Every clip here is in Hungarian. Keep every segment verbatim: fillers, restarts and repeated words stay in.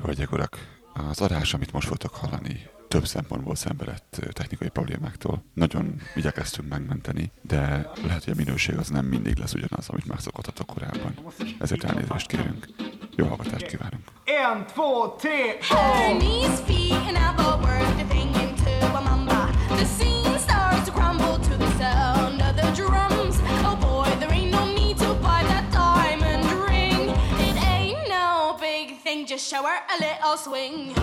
Hölgyek, urak, az adás, amit most fogtok hallani, több szempontból szenvedett technikai problémáktól. Nagyon igyekeztünk megmenteni, de lehet, hogy a minőség az nem mindig lesz ugyanaz, amit megszokottatok korábban. Ezért elnézést kérünk. Jó hallgatást kívánunk! En, två, tre, Hermes feet and elbow work the thing into a mamba. The scene starts to crumble to the sound of the drums. Oh boy, there ain't no need to buy that diamond ring. It ain't no big thing, just show her a little swing.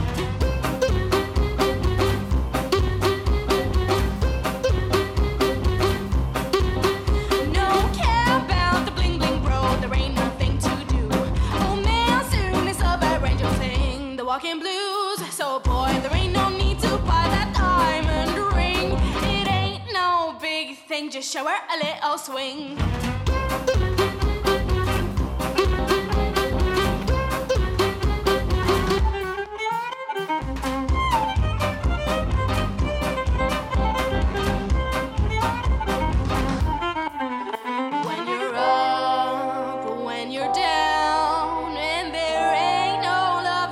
No care about the bling bling bro, there ain't nothing to do. Oh man, soon it's a bad angel sing the walking blues. So boy, there ain't no need to buy that diamond ring. It ain't no big thing, just show her a little swing. When you're up, when you're down, and there ain't no love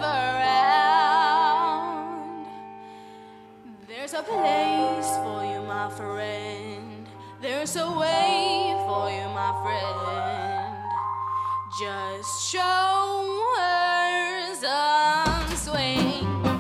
around, there's a place for you, my friend. There's a way for you, my friend. Just show her some swing.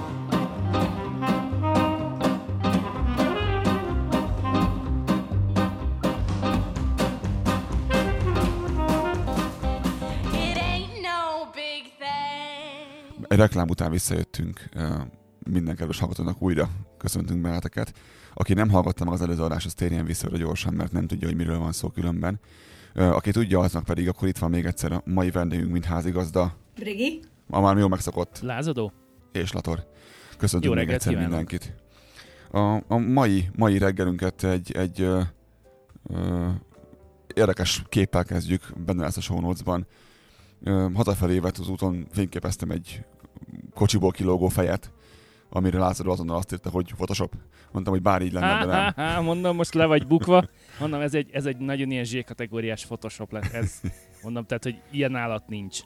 It ain't no big thing. Egy reklám után visszajöttünk, minden kedves hallgatónak újra köszöntünk benneteket. Aki nem hallgatta meg az előző adást, az térjen vissza oda gyorsan, mert nem tudja, hogy miről van szó különben. Aki tudja, aznak pedig akkor itt van még egyszer a mai vendégünk, mint házigazda. Brigi. Ma már jó megszokott. Lázadó? És Lator. Köszöntünk Jó még egyszer kívánok. mindenkit. A, a mai, mai reggelünket egy, egy ö, ö, érdekes képpel kezdjük, benne lesz a show notes-ban. Ö, hazafelé vett az úton fényképeztem egy kocsiból kilógó fejet, amire Lázadó azonnal azt írta, hogy Photoshop. Mondtam, hogy bár így lenne, de nem. Há, há, mondom, most le vagy bukva. Mondom, ez egy, ez egy nagyon ilyen Z-kategóriás Photoshop lett. Ez, mondom, tehát, hogy ilyen állat nincs.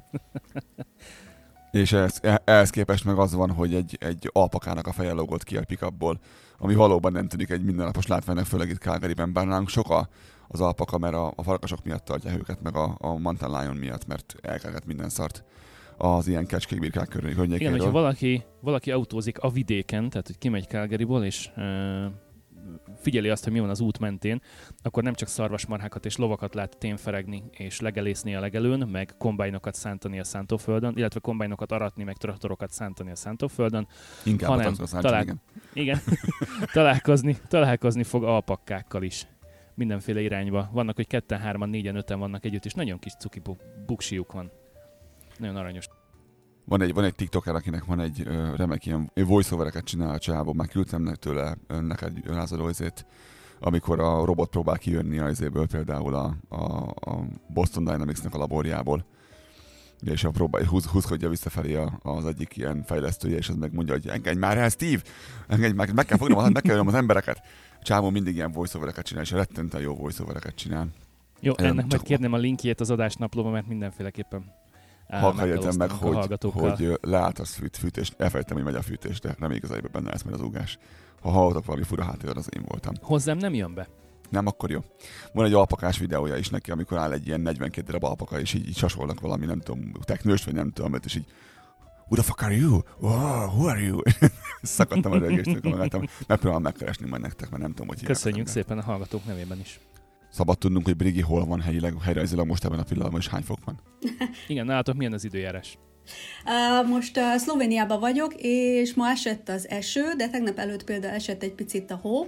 És ehhez, ehhez képest meg az van, hogy egy, egy alpakának a feje lógott ki a pickupból, ami valóban nem tűnik egy mindennapos látványnak, főleg itt Calgaryben, bár nálunk sok a, az alpaka, mert a, a farkasok miatt tartják őket, meg a, a mountain lion miatt, mert elkerget minden szart az ilyen kecskékbirkák környékéről. Igen, hogyha valaki, valaki autózik a vidéken, tehát hogy kimegy Calgaryból, és uh, figyeli azt, hogy mi van az út mentén, akkor nem csak szarvasmarhákat és lovakat lát témferegni és legelészni a legelőn, meg kombájnokat szántani a szántóföldön, illetve kombájnokat aratni, meg traktorokat szántani a szántóföldön. Inkább hanem a talál... talál... igen. Igen. találkozni, találkozni fog alpakkákkal is. Mindenféle irányba. Vannak, hogy ketten, hárman, négyen, öten vannak együtt, és nagyon kis cuki bu- buksiuk van. Nagyon aranyos. Van egy, van egy TikToker, akinek van egy ö, remek ilyen voice-overeket csinál a csávó, már küldtem tőle ö, neked Lázadó izét, amikor a robot próbál kijönni az izéből, például a, a, a Boston Dynamics-nek a laborjából, és a próbál, húz, húzkodja visszafelé a, az egyik ilyen fejlesztője, és az megmondja, hogy engedj már el, Steve! Engedj meg, meg kell fognom, meg kell az embereket! A csávó mindig ilyen voice-overeket csinál, és rettenten jó voice-overeket csinál. Jó, Nem, ennek csak- majd kérném a linkjét az adásnaplóba, mert mindenféleképpen Halkan jöttem meg, hogy, hallgatókkal. hogy leállt az fűt, fűtés. Elfelejtem, hogy megy a fűtés, de nem igazából benne lesz majd az ugás. Ha hallottak valami fura háttérben, az én voltam. Hozzám nem jön be. Nem, akkor jó. Van egy alpakás videója is neki, amikor áll egy ilyen negyvenkét darab alpaka, és így, így sasolnak valami, nem tudom, teknőst, vagy nem tudom, és így Who the fuck are you? Wow, who are you? Szakadtam a rögéstől, magáltam. Megpróbálom megkeresni majd nektek, mert nem tudom, hogy hívják Köszönjük az ember. szépen a hallgatók nevében is. Szabad tudnunk, hogy Brigi hol van helyileg, helyrajzilag most ebben a pillanatban, és hány fok van? Igen, nálatok milyen az időjárás? Uh, most uh, Szlovéniában vagyok, és ma esett az eső, de tegnap előtt például esett egy picit a hó,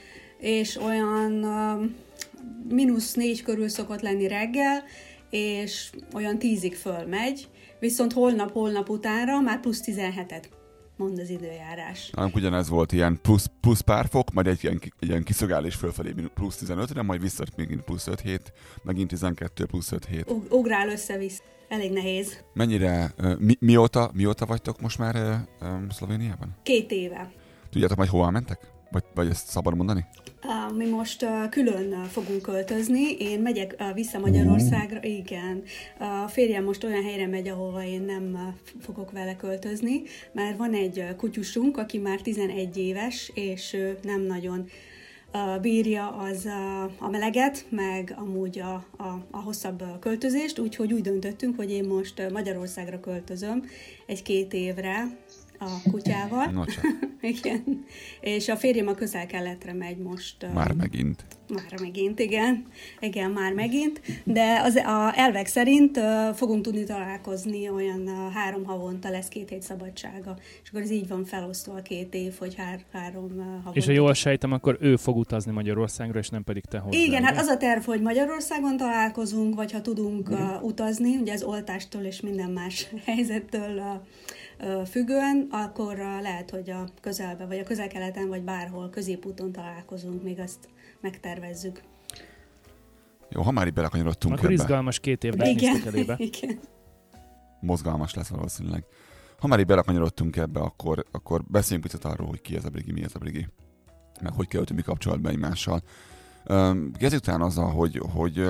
és olyan uh, mínusz négy körül szokott lenni reggel, és olyan tízig fölmegy, viszont holnap-holnap utánra már plusz tizenhetet mond az időjárás. Nálunk ugyanez volt, ilyen plusz, plusz pár fok, majd egy ilyen, egy ilyen kiszögálés fölfelé plusz tizenötre, majd vissza megint plusz öt hét, megint tizenkettő plusz öt hét. Ug- ugrál össze-vissza. Elég nehéz. Mennyire, uh, mi, mióta, mióta vagytok most már uh, um, Szlovéniában? Két éve. Tudjátok majd hová mentek? Vagy, vagy ezt szabad mondani? Uh, mi most uh, külön uh, fogunk költözni, én megyek uh, vissza Magyarországra, uh. igen. A férjem most olyan helyre megy, ahova én nem uh, fogok vele költözni, mert van egy uh, kutyusunk, aki már tizenegy éves, és ő uh, nem nagyon uh, bírja az uh, a meleget, meg amúgy a, a, a hosszabb uh, költözést, úgyhogy úgy döntöttünk, hogy én most uh, Magyarországra költözöm egy-két évre, a kutyával. No, igen. És a férjem a Közel-Keletre megy most. Már megint. Már megint, igen. Igen, már megint. De az a elvek szerint uh, fogunk tudni találkozni, olyan uh, három havonta lesz két hét szabadsága. És akkor ez így van felosztva a két év, hogy hár, három uh, havonta. És ha jól sejtem, akkor ő fog utazni Magyarországra, és nem pedig te hozzá. Igen, hát az a terv, hogy Magyarországon találkozunk, vagy ha tudunk mm. uh, utazni, ugye az oltástól és minden más helyzettől uh, függően, akkor lehet, hogy a közelben, vagy a Közel-Keleten, vagy bárhol középúton találkozunk, még azt megtervezzük. Jó, ha már így belekanyarodtunk akkor ebbe. Akkor izgalmas két évben néztek elébe. Igen. Mozgalmas lesz valószínűleg. Ha már így belekanyarodtunk ebbe, akkor, akkor beszéljünk picit arról, hogy ki ez a Brigi, mi ez a Brigi, meg hogy kerültünk mi kapcsolatba egymással. Kezdjük talán azzal, hogy, hogy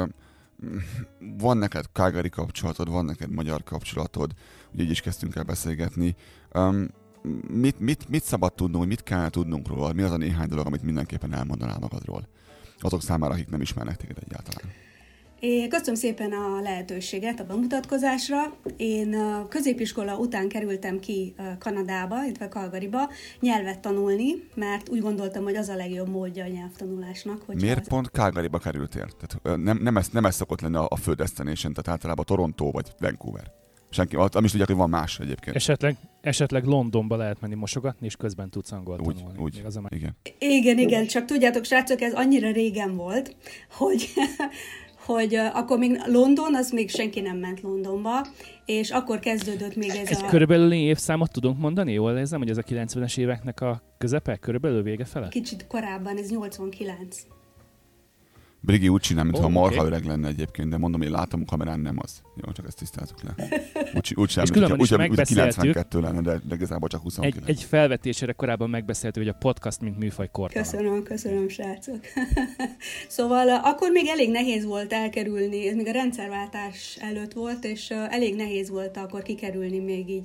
van neked Calgary kapcsolatod, van neked magyar kapcsolatod, ugye így is kezdtünk el beszélgetni. Um, mit, mit, mit szabad tudnunk, mit kell tudnunk róla? Mi az a néhány dolog, amit mindenképpen elmondanál magadról? Azok számára, akik nem ismernek téged egyáltalán. Én köszönöm szépen a lehetőséget a bemutatkozásra. Én középiskola után kerültem ki Kanadába, illetve Calgaryba nyelvet tanulni, mert úgy gondoltam, hogy az a legjobb módja a nyelvtanulásnak. Miért az... pont Calgaryba kerültél? Tehát nem, nem, ez, nem ez szokott lenni a, a fő destination, tehát általában Toronto vagy Vancouver. Senki, nem is tudják, hogy van más egyébként. Esetleg, esetleg Londonba lehet menni mosogatni, és közben tudsz angolt úgy, tanulni. Úgy, az a igen. Igen, igen, csak tudjátok, srácok, ez annyira régen volt, hogy... hogy uh, akkor még London, az még senki nem ment Londonba, és akkor kezdődött még ez Egy a... körülbelül évszámot tudunk mondani? Jól érzem, hogy ez a kilencvenes éveknek a közepe? Körülbelül vége fele? Kicsit korábban, ez nyolcvankilenc. Brigi úgy csinál, mintha oh, marha okay. öreg lenne egyébként, de mondom, én látom a kamerán, nem az. Jó, csak ezt tisztázzuk le. Úgy, úgy sem, és különben is megbeszéltük, kilencvenkettő lenne, de, de igazából csak huszonkilenc. Egy, egy felvetésére korábban megbeszéltük, hogy a podcast, mint műfaj kortalan. Köszönöm, köszönöm, srácok. Szóval akkor még elég nehéz volt elkerülni, ez még a rendszerváltás előtt volt, és elég nehéz volt akkor kikerülni még így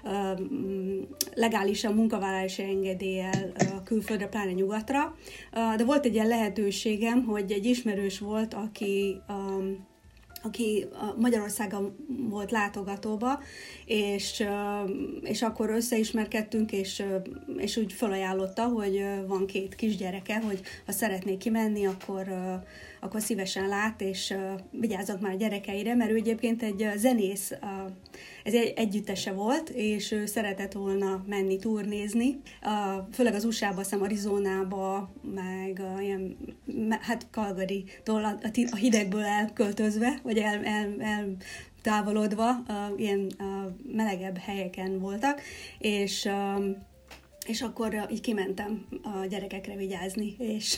legálisan munkavállalási engedéllyel külföldre, pláne nyugatra. De volt egy ilyen lehetőségem, hogy egy ismerős volt, aki, um, aki Magyarországon volt látogatóba, és, uh, és akkor összeismerkedtünk, és, uh, és úgy felajánlotta, hogy uh, van két kisgyereke, hogy ha szeretnék kimenni, akkor, uh, akkor szívesen lát, és uh, vigyázzak már a gyerekeire, mert ő egyébként egy uh, zenész, uh, ez egy együttese volt, és ő szeretett volna menni turnézni, uh, főleg az u es á-ba, szem Arizonába, meg uh, ilyen, hát Calgary-tól a, a hidegből elköltözve, vagy el, el, el távolodva, uh, ilyen uh, melegebb helyeken voltak, és uh, és akkor uh, így kimentem a gyerekekre vigyázni, és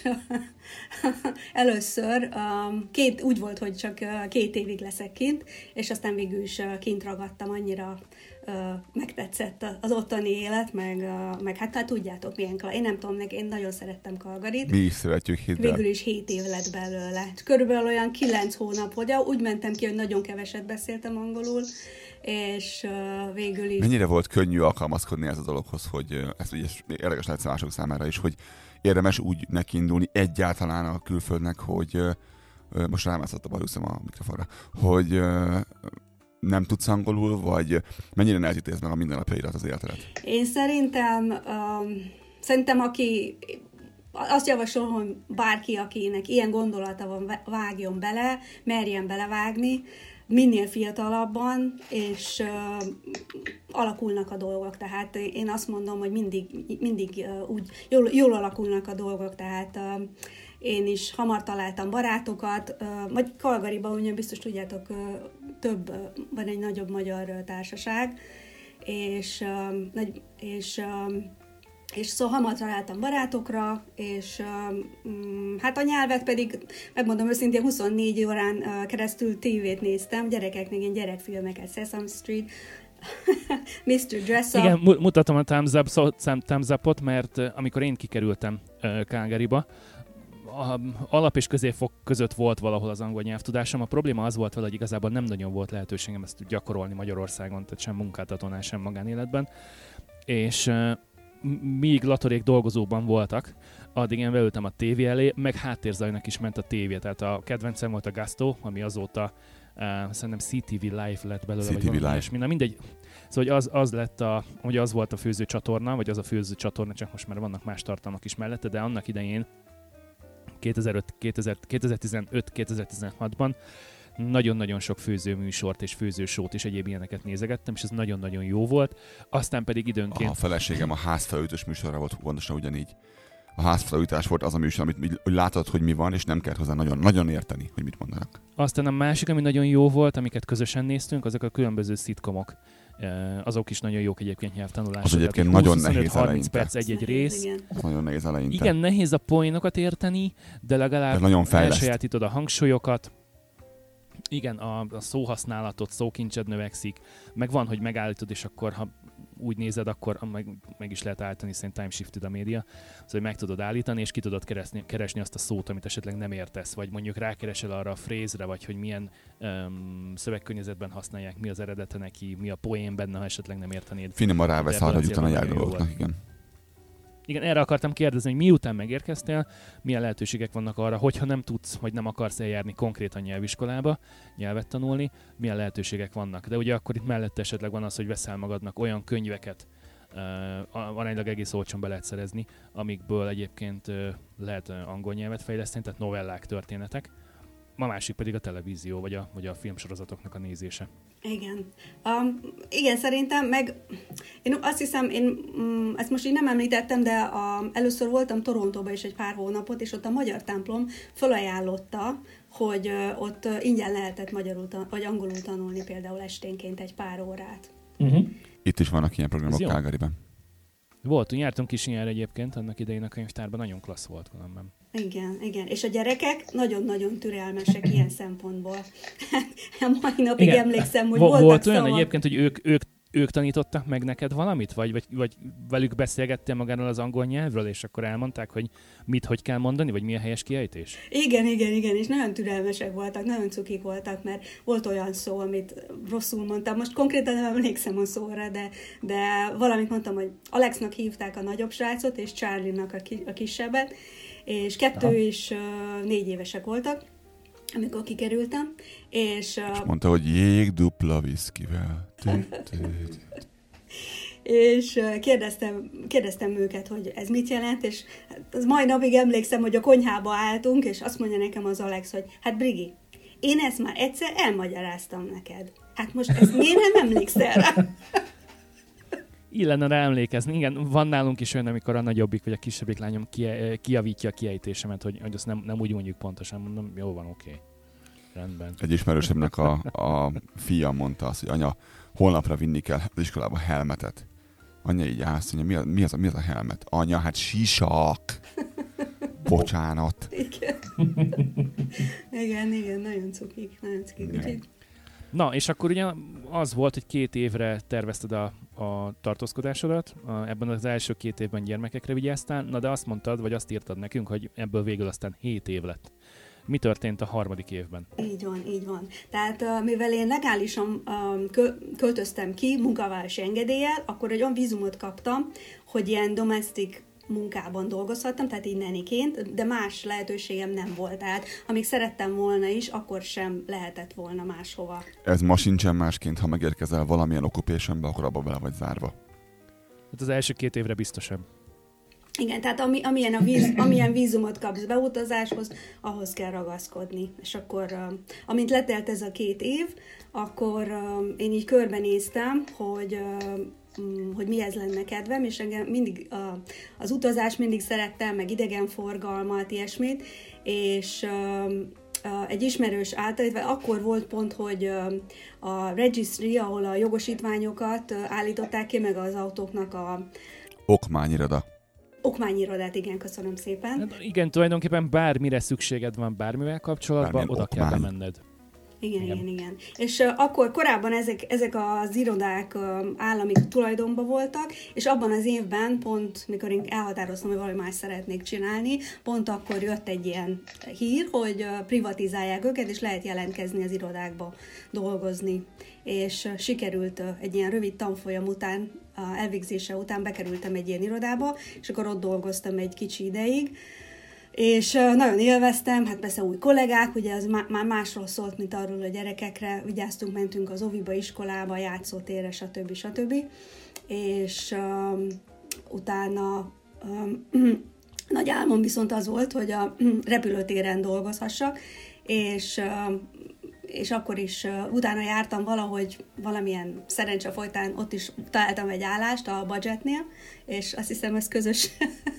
először um, két, úgy volt, hogy csak uh, két évig leszek kint, és aztán végül is uh, kint ragadtam, annyira uh, megtetszett az ottani élet, meg, uh, meg hát, hát tudjátok milyen, én nem tudom, én nagyon szerettem Calgaryt. Mi is szeretjük, hidd el. Végül is hét év lett belőle. Körülbelül olyan kilenc hónap volt, úgy mentem ki, hogy nagyon keveset beszéltem angolul, és uh, végül is... Mennyire volt könnyű alkalmazkodni ez a dologhoz, hogy uh, ez ugye érdekes lehet mások számára is, hogy érdemes úgy nekiindulni egyáltalán a külföldnek, hogy uh, uh, most rámászott a balúszom a mikrofonra, hogy uh, nem tudsz angolul, vagy mennyire nehezíti ez meg a mindennapjaidat, az életedet? Én szerintem, um, szerintem aki... Azt javaslom, hogy bárki, akinek ilyen gondolata van, vágjon bele, merjen belevágni, minél fiatalabban, és uh, alakulnak a dolgok. Tehát én azt mondom, hogy mindig, mindig uh, úgy jól, jól alakulnak a dolgok, tehát uh, én is hamar találtam barátokat, uh, vagy Calgaryban, ugye biztos tudjátok, uh, több, uh, van egy nagyobb magyar uh, társaság, és, uh, nagy, és uh, és szóval hamar találtam barátokra, és um, hát a nyelvet pedig, megmondom őszintén, huszonnégy órán uh, keresztül tévét néztem, gyerekeknek ilyen gyerekfilmeket, Sesame Street, miszter Dress Up. Igen, mutatom a Thumbs Up, thumbs Up-ot, mert amikor én kikerültem uh, Calgaryba, a alap és középfok között volt valahol az angol nyelvtudásom. A probléma az volt vele, hogy igazából nem nagyon volt lehetőségem ezt gyakorolni Magyarországon, tehát sem munkáltatónál, sem magánéletben. És uh, míg latorék dolgozóban voltak, addig én beültem a tévé elé, meg háttérzajnak is ment a tévé. Tehát a kedvencem volt a Gusto, ami azóta uh, szerintem cé té vé Live lett belőle, cé té vé vagy Live. ilyesmi. Na mindegy. Szóval hogy az, az lett a, hogy az volt a főző csatorna, vagy az a főző csatorna, csak most már vannak más tartalmak is mellette, de annak idején kétezer-öt, kétezer-tizenöt kétezer-tizenhatban nagyon-nagyon sok főzőműsort és főzősót és egyéb ilyeneket nézegettem, és ez nagyon-nagyon jó volt. Aztán pedig időnként... A feleségem a házfelújítás műsorra volt pontosan ugyanígy. A házfelújítás volt az a műsor, amit hogy látod, hogy mi van, és nem kellett hozzá nagyon, nagyon érteni, hogy mit mondanak. Aztán a másik, ami nagyon jó volt, amiket közösen néztünk, azok a különböző szitkomok. Azok is nagyon jók egyébként nyelvtanulásra. Az egyébként nagyon nehéz harminc perc egy-egy rész. Igen. Az nagyon nehéz eleinte. Igen, nehéz a poénokat érteni, de legalább nagyon elsajátítod a hangsúlyokat. Igen, a, a szóhasználatot, szókincsed növekszik, meg van, hogy megállítod, és akkor, ha úgy nézed, akkor meg, meg is lehet állítani, szerint time shifted a média, szóval hogy meg tudod állítani, és ki tudod keresni, keresni azt a szót, amit esetleg nem értesz, vagy mondjuk rákeresel arra a frézre, vagy hogy milyen um, szövegkörnyezetben használják, mi az eredete neki, mi a poén benne, ha esetleg nem értenéd. Finoman rávesz arra, hogy utána jár dolgoknak, igen. Igen, erre akartam kérdezni, hogy miután megérkeztél, milyen lehetőségek vannak arra, hogyha nem tudsz, vagy nem akarsz eljárni konkrétan nyelviskolába, nyelvet tanulni, milyen lehetőségek vannak. De ugye akkor itt mellette esetleg van az, hogy veszel magadnak olyan könyveket, uh, aránylag egész olcsón be lehet szerezni, amikből egyébként uh, lehet uh, angol nyelvet fejleszteni, tehát novellák, történetek. A másik pedig a televízió, vagy a, vagy a filmsorozatoknak a nézése. Igen. Um, igen, szerintem, meg én azt hiszem, én um, ezt most így nem említettem, de a, először voltam Torontóban is egy pár hónapot, és ott a Magyar Templom felajánlotta, hogy uh, ott uh, ingyen lehetett magyarul tan- vagy angolul tanulni például esténként egy pár órát. Uh-huh. Itt is vannak ilyen programok Calgaryben. Voltunk, jártunk is ilyenre egyébként, annak idején a könyvtárban, nagyon klassz volt különben. Igen, igen. És a gyerekek nagyon-nagyon türelmesek ilyen szempontból. A mai napig igen. Emlékszem, hogy Vo- voltak Volt olyan szavak. egyébként, hogy ők, ők, ők tanítottak meg neked valamit? Vagy, vagy, vagy velük beszélgettél magáról az angol nyelvről, és akkor elmondták, hogy mit, hogy kell mondani, vagy mi a helyes kiejtés? Igen, igen, igen, és nagyon türelmesek voltak, nagyon cukik voltak, mert volt olyan szó, amit rosszul mondtam. Most konkrétan nem emlékszem a szóra, de, de valamit mondtam, hogy Alexnak hívták a nagyobb srácot, és Charlie-nak a, ki, a kisebbet, és kettő Aha. és uh, négy évesek voltak, amikor kikerültem, és... Uh, és mondta, hogy jég dupla viszkivel. és uh, kérdeztem, kérdeztem őket, hogy ez mit jelent, és az mai napig emlékszem, hogy a konyhába álltunk, és azt mondja nekem az Alex, hogy hát Brigi, én ezt már egyszer elmagyaráztam neked. Hát most ezt miért nem emlékszel rá? Illene rá emlékezni. Igen, van nálunk is olyan, amikor a nagyobbik vagy a kisebbik lányom kijavítja a kiejtésemet, hogy, hogy azt nem, nem úgy mondjuk pontosan, mondom, jó van, oké. Okay. Rendben. Egy ismerősebbnek a, a fia mondta azt, hogy anya, holnapra vinni kell az iskolába helmetet. Anya így állsz, mondja, mi, a, mi, az, mi az a helmet? Anya, hát sisak. Bocsánat. Igen. igen, igen, nagyon cukik. Nagyon cukik. Úgyhogy... Na, és akkor ugye az volt, hogy két évre tervezted a, a tartózkodásodat, a, ebben az első két évben gyermekekre vigyáztál, na de azt mondtad, vagy azt írtad nekünk, hogy ebből végül aztán hét év lett. Mi történt a harmadik évben? Így van, így van. Tehát mivel én legálisan költöztem ki munkavállalási engedéllyel, akkor egy olyan vízumot kaptam, hogy ilyen domestic munkában dolgozhattam, tehát így neniként, de más lehetőségem nem volt. Tehát amíg szerettem volna is, akkor sem lehetett volna máshova. Ez ma sincsen másként, ha megérkezel valamilyen occupationbe, akkor abba bele vagy zárva. Hát az első két évre biztosabb. Igen, tehát ami, amilyen, a víz, amilyen vízumot kapsz beutazáshoz, ahhoz kell ragaszkodni. És akkor, uh, amint letelt ez a két év, akkor uh, én így körbenéztem, hogy... Uh, hogy mihez lenne kedvem, és engem mindig uh, az utazás mindig szerettem, meg idegenforgalmat, ilyesmit, és uh, uh, egy ismerős által, vagy akkor volt pont, hogy uh, a registry, ahol a jogosítványokat uh, állították ki, meg az autóknak a... Okmányiroda. Okmányirodát, igen, köszönöm szépen. Hát igen, tulajdonképpen bármire szükséged van bármivel kapcsolatban, Bármilyen oda okmány. kell bemenned. Igen, Igen. igen, igen. És uh, akkor korábban ezek, ezek az irodák uh, állami tulajdonban voltak, és abban az évben, pont mikor én elhatároztam, hogy valami más szeretnék csinálni, pont akkor jött egy ilyen hír, hogy uh, privatizálják őket, és lehet jelentkezni az irodákba dolgozni. És uh, sikerült uh, egy ilyen rövid tanfolyam után, uh, elvégzése után bekerültem egy ilyen irodába, és akkor ott dolgoztam egy kicsi ideig, és nagyon élveztem, hát persze új kollégák, ugye az már másról szólt, mint arról, hogy gyerekekre vigyáztunk, mentünk az oviba, iskolába, játszótérre, stb. stb. És um, utána um, nagy álmom viszont az volt, hogy a repülőtéren dolgozhassak, és um, és akkor is uh, utána jártam valahogy valamilyen szerencse folytán, ott is találtam egy állást a budgetnél, és azt hiszem, ez közös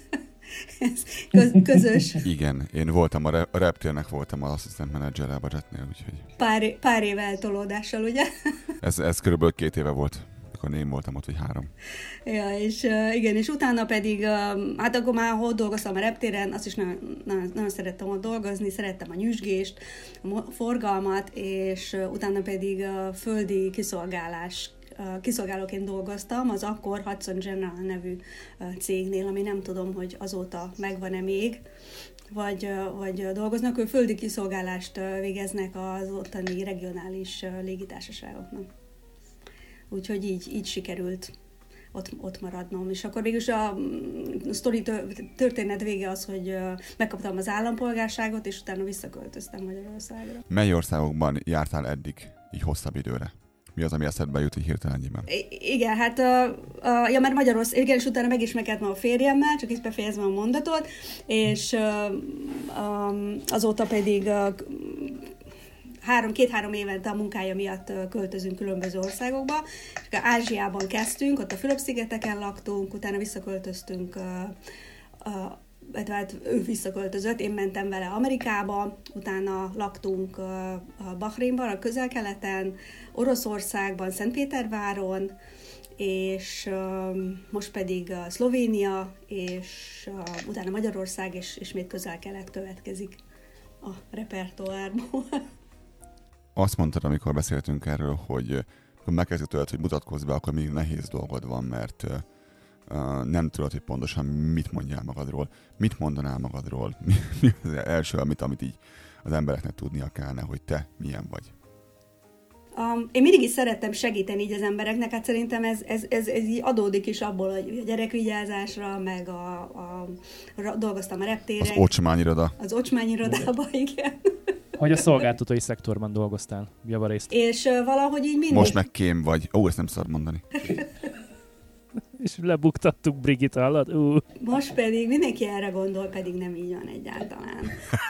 ez köz, közös. Igen, én voltam a, re- a Reptérnek voltam az asszisztent menedzser a budgetnél, úgyhogy... Pár, pár év eltolódással, ugye? Ez, ez körülbelül két éve volt, amikor én voltam ott, vagy három. Ja, és uh, igen, és utána pedig, uh, hát akkor már ott dolgoztam a reptéren, azt is nagyon, nagyon, nagyon szerettem ott dolgozni, szerettem a nyüzsgést, a forgalmat, és uh, utána pedig uh, földi kiszolgálás kiszolgálóként dolgoztam az akkor Hudson General nevű cégnél, ami nem tudom, hogy azóta megvan-e még, vagy, vagy dolgoznak. Ő földi kiszolgálást végeznek az ottani regionális légitársaságoknak. Úgyhogy így, így sikerült ott, ott maradnom. És akkor végülis a sztori történet vége az, hogy megkaptam az állampolgárságot, és utána visszaköltöztem Magyarországra. Mely országokban jártál eddig, így hosszabb időre? Mi az, ami eszedbe jut így hirtelenjében? Igen, hát, uh, uh, ja, mert Magyarország, igen, és utána megismerkedtem a férjemmel, csak itt befejezve a mondatot, és uh, um, azóta pedig uh, három, két-három évente a munkája miatt uh, költözünk különböző országokba. És Ázsiában kezdtünk, ott a Fülöp-szigeteken laktunk, utána visszaköltöztünk, uh, uh, tehát ő visszaköltözött, én mentem vele Amerikába, utána laktunk a Bahrainban, a Közel-Keleten, Oroszországban, Szentpéterváron, és most pedig Szlovénia, és utána Magyarország, és ismét Közel-Kelet következik a repertoárból. Azt mondtad, amikor beszéltünk erről, hogy amikor megkezdjük tőled, hogy mutatkozz be, akkor még nehéz dolgod van, mert Uh, nem tudod, hogy pontosan mit mondjál magadról. Mit mondanál magadról? Mi, mi az első, amit, amit így az embereknek tudnia kellene, hogy te milyen vagy? Um, én mindig is szerettem segíteni így az embereknek, hát szerintem ez, ez, ez, ez így adódik is abból, hogy a gyerekvigyázásra, meg a, a, a dolgoztam a reptéren. Az ocsmányiroda. Az ocsmányirodában, igen. Hogy a szolgáltatói szektorban dolgoztál, javarészt. És uh, valahogy így mindig... Most meg kém vagy. Ó, ezt nem szabad mondani. És lebuktattuk Brigitte, hallod? Uh. Most pedig mindenki erre gondol, pedig nem így van egyáltalán.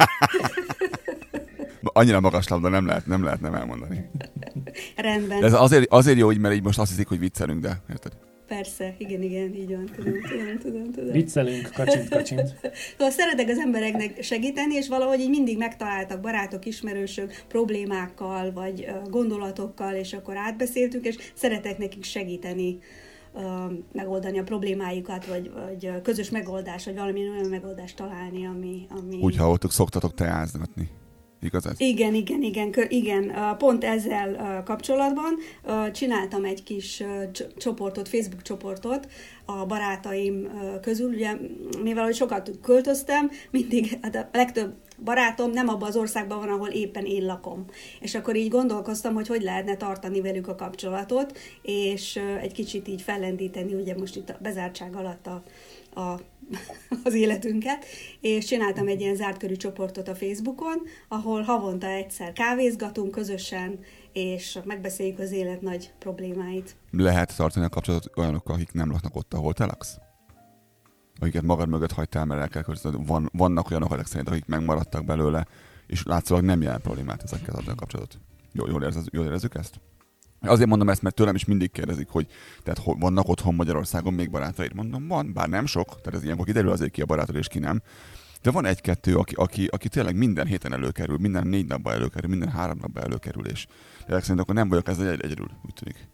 Annyira magas labda nem lehet, nem lehet nem elmondani. Rendben. De ez azért, azért jó, hogy mert így most azt hiszik, hogy viccelünk, de érted? Persze, igen, igen, így van, tudom, tudom, tudom, tudom. Viccelünk, kacsint, kacsint. Szóval szeretek az embereknek segíteni, és valahogy így mindig megtaláltak barátok, ismerősök problémákkal, vagy gondolatokkal, és akkor átbeszéltük, és szeretek nekik segíteni, megoldani a problémáikat, vagy, vagy közös megoldás, vagy valami olyan megoldást találni, ami... ami... Úgy hallottuk, szoktatok teázgatni. Igaz ez? Igen, igen, igen, igen. Pont ezzel kapcsolatban csináltam egy kis csoportot, Facebook csoportot a barátaim közül, ugye, mivel hogy sokat költöztem, mindig hát a legtöbb barátom nem abban az országban van, ahol éppen én lakom. És akkor így gondolkoztam, hogy hogy lehetne tartani velük a kapcsolatot, és egy kicsit így fellendíteni, ugye most itt a bezártság alatt a, a az életünket, és csináltam egy ilyen zártkörű csoportot a Facebookon, ahol havonta egyszer kávézgatunk közösen, és megbeszéljük az élet nagy problémáit. Lehet tartani a kapcsolatot olyanokkal, akik nem laknak ott, ahol te laksz? Akiket magad mögött hagytál, mert el kell között. Van, vannak olyanok, ezek szerint, akik megmaradtak belőle, és látszólag nem jelent problémát ezekkel tartani a kapcsolatot. Jól, jól, érzez, jól érezzük ezt? Azért mondom ezt, mert tőlem is mindig kérdezik, hogy tehát vannak otthon Magyarországon még barátaid. Mondom, van, bár nem sok, tehát ez ilyenkor kiderül azért ki a barátod és ki nem. De van egy-kettő, aki, aki, aki tényleg minden héten előkerül, minden négy napban előkerül, minden három napban előkerül, és ezek szerint akkor nem vagyok ezzel egy, egyedül, úgy tűnik.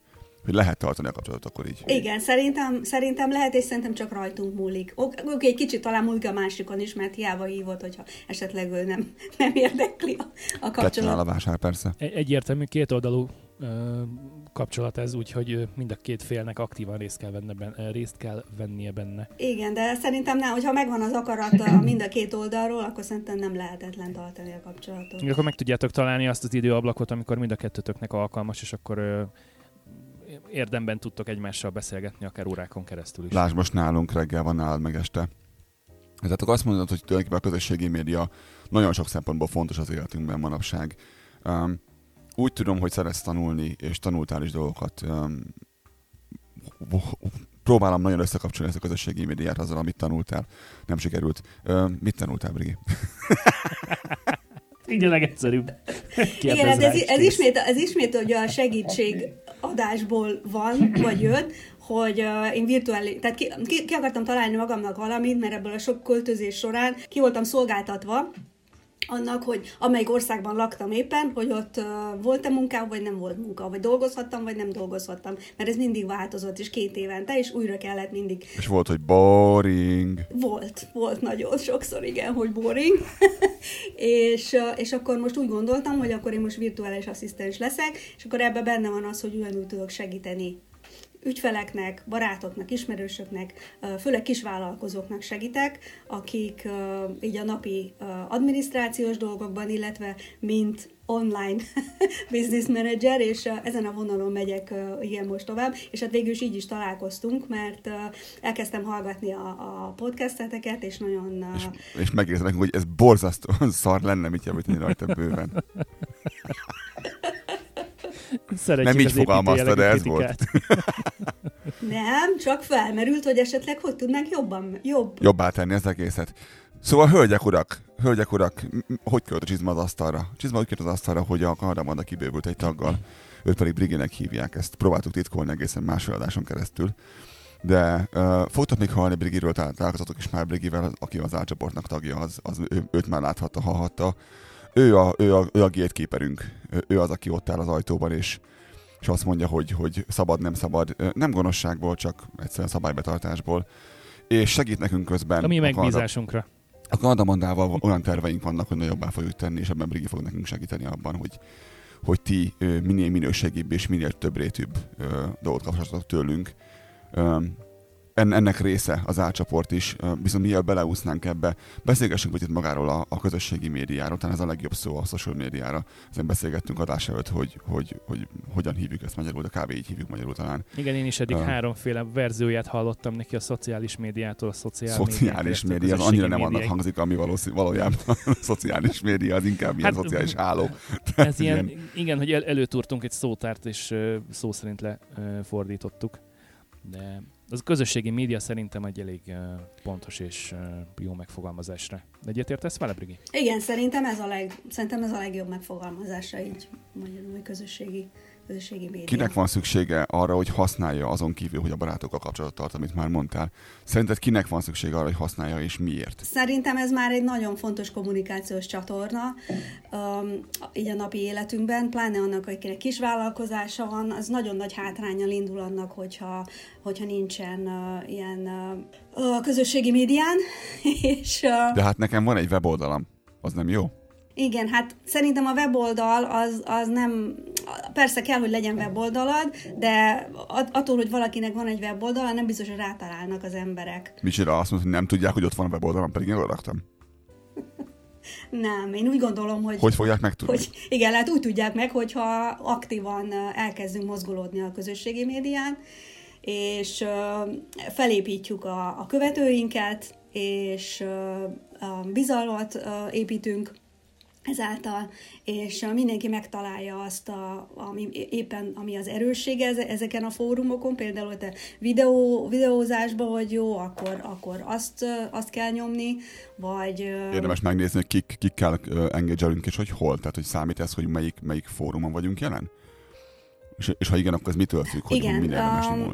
hogy lehet tartani a kapcsolatot, akkor így. Igen, szerintem, szerintem lehet, és szerintem csak rajtunk múlik. Oké, okay, egy kicsit talán múlik a másikon is, mert hiába hívott, hogyha esetleg ő nem, nem érdekli a, a kapcsolatot. Ketten a vásár, persze. Egyértelmű kétoldalú ö, kapcsolat ez, úgyhogy mind a két félnek aktívan részt kell, venne benne, részt kell vennie benne. Igen, de szerintem nem, hogyha megvan az akarat mind a két oldalról, akkor szerintem nem lehetetlen tartani a kapcsolatot. Akkor meg tudjátok találni azt az időablakot, amikor mind a kettőtöknek alkalmas, és akkor ö, érdemben tudtok egymással beszélgetni, akár órákon keresztül is. Lásd, most nálunk reggel van, nálad meg este. Tehát akkor azt mondod, hogy tulajdonképpen a közösségi média nagyon sok szempontból fontos az életünkben manapság. Um, úgy tudom, hogy szeretsz tanulni, és tanultál is dolgokat. Um, próbálom nagyon összekapcsolni ezt a közösségi médiát azzal, amit tanultál. Nem sikerült. Um, mit tanultál, Brigi? Így a legegyszerűbb. Igen, ez, ez, ez, ismét, ez ismét ugye a segítség adásból van, vagy jött, hogy uh, én virtuális, tehát ki, ki, ki akartam találni magamnak valamit, mert ebből a sok költözés során ki voltam szolgáltatva annak, hogy amelyik országban laktam éppen, hogy ott uh, volt-e munkám, vagy nem volt munka, vagy dolgozhattam, vagy nem dolgozhattam, mert ez mindig változott, és két évente, és újra kellett mindig. És volt, hogy boring. Volt, volt nagyon sokszor, igen, hogy boring. és, uh, és akkor most úgy gondoltam, hogy akkor én most virtuális asszisztens leszek, és akkor ebben benne van az, hogy ugyanúgy tudok segíteni ügyfeleknek, barátoknak, ismerősöknek, főleg kisvállalkozóknak segítek, akik így a napi adminisztrációs dolgokban, illetve mint online business manager, és ezen a vonalon megyek igen most tovább, és hát végül is így is találkoztunk, mert elkezdtem hallgatni a, a podcasteteket, és nagyon... És, és megérzem nekünk, hogy ez borzasztóan szar lenne, mit javítani rajta bőven. Szeretjük, nem így fogalmazta, de ez volt. Nem, csak felmerült, hogy esetleg hogy tudnánk jobban, jobb. jobbá tenni az egészet. Szóval, hölgyek, urak, hölgyek, urak, hogy költ a Csizma az asztalra? Csizma úgy költ az asztalra, hogy a Kanadamanda kibővült egy taggal, őt pedig Briginek hívják, ezt próbáltuk titkolni egészen másfél adáson keresztül. De uh, fogtok még hallani Brigiről, találkozatok is már Brigivel, aki az álcsoportnak tagja, az, az ő, őt már láthatta, hallhatta. Ő a, ő a, ő a gatekeeperünk, ő az, aki ott áll az ajtóban, és, és azt mondja, hogy, hogy szabad, nem szabad, nem gonoszságból, csak egyszerűen szabálybetartásból, és segít nekünk közben. A mi megbízásunkra. A Kanadamandával olyan terveink vannak, hogy nagyobbá fogjuk tenni, és ebben Brigi fog nekünk segíteni abban, hogy, hogy ti minél minőségibb és minél több rétűbb dolgot kaphassatok tőlünk. Ennek része az álcsoport is, viszont mielőtt beleúsznánk ebbe, beszélgessünk itt magáról a, a közösségi médiáról, talán ez a legjobb szó a social médiára. Ezen beszélgettünk adás előtt, hogy, hogy, hogy hogyan hívjuk ezt magyarul, de kb. Így hívjuk magyarul talán. Igen, én is eddig uh, háromféle verzióját hallottam neki a szociális médiától, a szociál Szociális média, az annyira nem annak hangzik, ami valószín, valójában a szociális média, az inkább ilyen hát, szociális háló. Ez ilyen, ilyen... Igen, hogy el, előtúrtunk egy szótárt, és uh, szó szerint lefordítottuk, de... Az közösségi média szerintem egy elég uh, pontos és uh, jó megfogalmazásra. De egyetértesz vele, Brigi? Igen, szerintem ez a, leg, szerintem ez a legjobb megfogalmazása így magyarul közösségi, közösségi média. Kinek van szüksége arra, hogy használja azon kívül, hogy a barátokkal kapcsolatot tart, amit már mondtál? Szerinted kinek van szüksége arra, hogy használja, és miért? Szerintem ez már egy nagyon fontos kommunikációs csatorna um, így a napi életünkben, pláne annak, akinek kisvállalkozása van, az nagyon nagy hátránnyal indul annak, hogyha, hogyha nincsen uh, ilyen uh, közösségi médián. és, uh, De hát nekem van egy weboldalam, az nem jó? Igen, hát szerintem a weboldal az, az nem, persze kell, hogy legyen weboldalad, de attól, hogy valakinek van egy weboldala, nem biztos, hogy rátalálnak az emberek. Micsoda, azt mondod, hogy nem tudják, hogy ott van a weboldalam, pedig én odaraktam. Nem, én úgy gondolom, hogy... Hogy fogják megtudni? Hogy, igen, hát úgy tudják meg, hogyha aktívan elkezdünk mozgolódni a közösségi médián, és felépítjük a, a követőinket, és a bizalmat építünk ezáltal, és mindenki megtalálja azt, a, ami éppen ami az erőssége ezeken a fórumokon, például a videó, videózásban, hogy jó, akkor, akkor azt, azt kell nyomni, vagy... Érdemes megnézni, hogy kik, kikkel engage-elünk, és hogy hol, tehát hogy számít ez, hogy melyik, melyik fórumon vagyunk jelen? És, és ha igen, akkor ez mitől függ, hogy igen, minden érdemes nyomulni?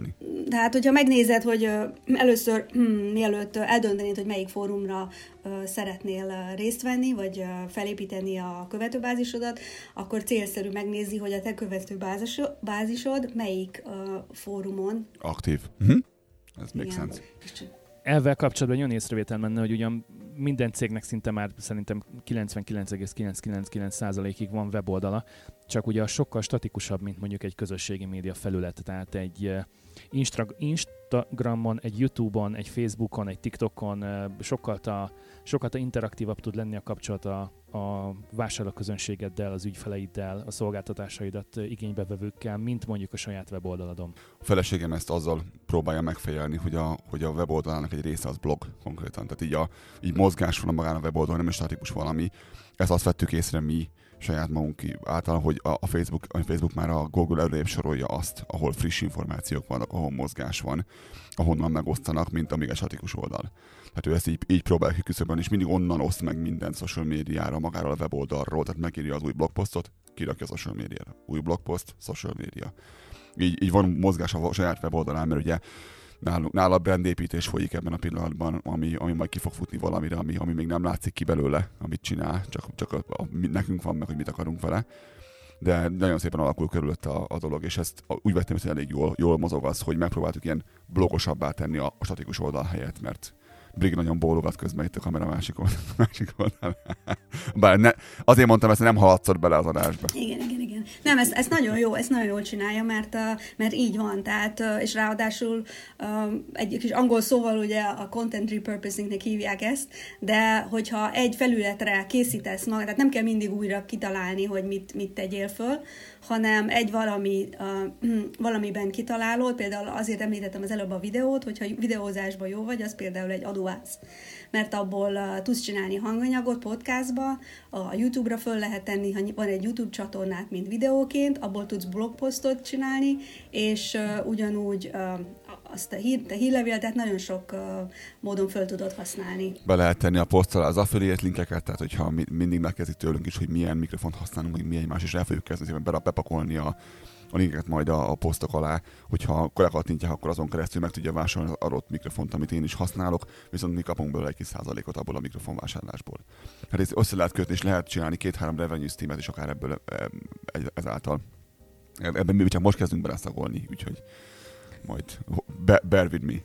Tehát, hogyha megnézed, hogy ö, először, hm, mielőtt eldöntenéd, hogy melyik fórumra ö, szeretnél ö, részt venni, vagy ö, felépíteni a követőbázisodat, akkor célszerű megnézni, hogy a te követőbázisod bázisod melyik ö, fórumon. Aktív. Uh-huh. Ez make Igen. sense. Ezzel kapcsolatban olyan észrevétel menne, hogy ugyan minden cégnek szinte már szerintem kilencvenkilenc egész kilencszázkilencvenkilenc százalékig van weboldala, csak ugye sokkal statikusabb, mint mondjuk egy közösségi média felület. Tehát egy uh, Instra- Instagramon, egy YouTube-on, egy Facebookon, egy TikTokon uh, sokkal, ta, sokkal ta interaktívabb tud lenni a kapcsolat a, a vásárlóközönségeddel, az ügyfeleiddel, a szolgáltatásaidat uh, igénybevevőkkel, mint mondjuk a saját weboldaladon. A feleségem ezt azzal próbálja megfejelni, hogy a, hogy a weboldalának egy része az blog konkrétan. Tehát így, a, így mozgás van a magán a weboldalon, nem is statikus valami. Ezt azt vettük észre mi saját magunk által, hogy a, a, Facebook, a Facebook már a Google előrébb sorolja azt, ahol friss információk vannak, ahol mozgás van, ahonnan megosztanak, mint amíg egy statikus oldal. Tehát ő ezt így, így próbálja kiküszöbölni, és mindig onnan oszt meg minden social médiára, magáról a weboldalról, tehát megírja az új blogposztot, kirakja a social médiára. Új blogpost, social média. Így, így van mozgás a saját weboldalán, mert ugye nála, nála brandépítés folyik ebben a pillanatban, ami, ami majd ki fog futni valamire, ami, ami még nem látszik ki belőle, amit csinál, csak, csak a, a, nekünk van meg, hogy mit akarunk vele. De nagyon szépen alakul körülött a, a dolog, és ezt úgy vettem, hogy elég jól, jól mozog az, hogy megpróbáltuk ilyen blogosabbá tenni a, a statikus oldal helyett, mert Brig nagyon bólogat közben itt a kamera másik oldal. Másik oldal. Bár ne, azért mondtam ezt, hogy nem haladszod bele az adásba. Igen, igen, igen. Nem, ez, ez nagyon jó, ez nagyon jól csinálja, mert, mert így van, tehát, és ráadásul egy kis angol szóval ugye a content repurposingnek hívják ezt, de hogyha egy felületre készítesz magad, tehát nem kell mindig újra kitalálni, hogy mit, mit tegyél föl, hanem egy valami, valamiben kitalálod, például azért említettem az előbb a videót, hogyha videózásban jó vagy, az például egy adóász. Mert abból uh, tudsz csinálni hanganyagot podcastba, a YouTube-ra föl lehet tenni, ha van egy YouTube csatornát, mint videóként, abból tudsz blogposztot csinálni, és uh, ugyanúgy uh, azt a, hír, a hírlevél, tehát nagyon sok uh, módon föl tudod használni. Be lehet tenni a poszttal az affiliate linkeket, tehát hogyha mi, mindig megkezdik tőlünk is, hogy milyen mikrofont használunk, vagy milyen más, és el fogjuk kezdeni bepakolni a a linkeket majd a, a posztok alá, hogyha kollekatintják, akkor azon keresztül meg tudja vásárolni az adott mikrofont, amit én is használok, viszont mi kapunk belőle egy kis százalékot abból a mikrofonvásárlásból. Hát ezt össze lehet kötni, és lehet csinálni két-három revenue streamet is akár ebből ezáltal. Ebben mi csak most kezdünk beleszagolni, úgyhogy majd be, bear with me.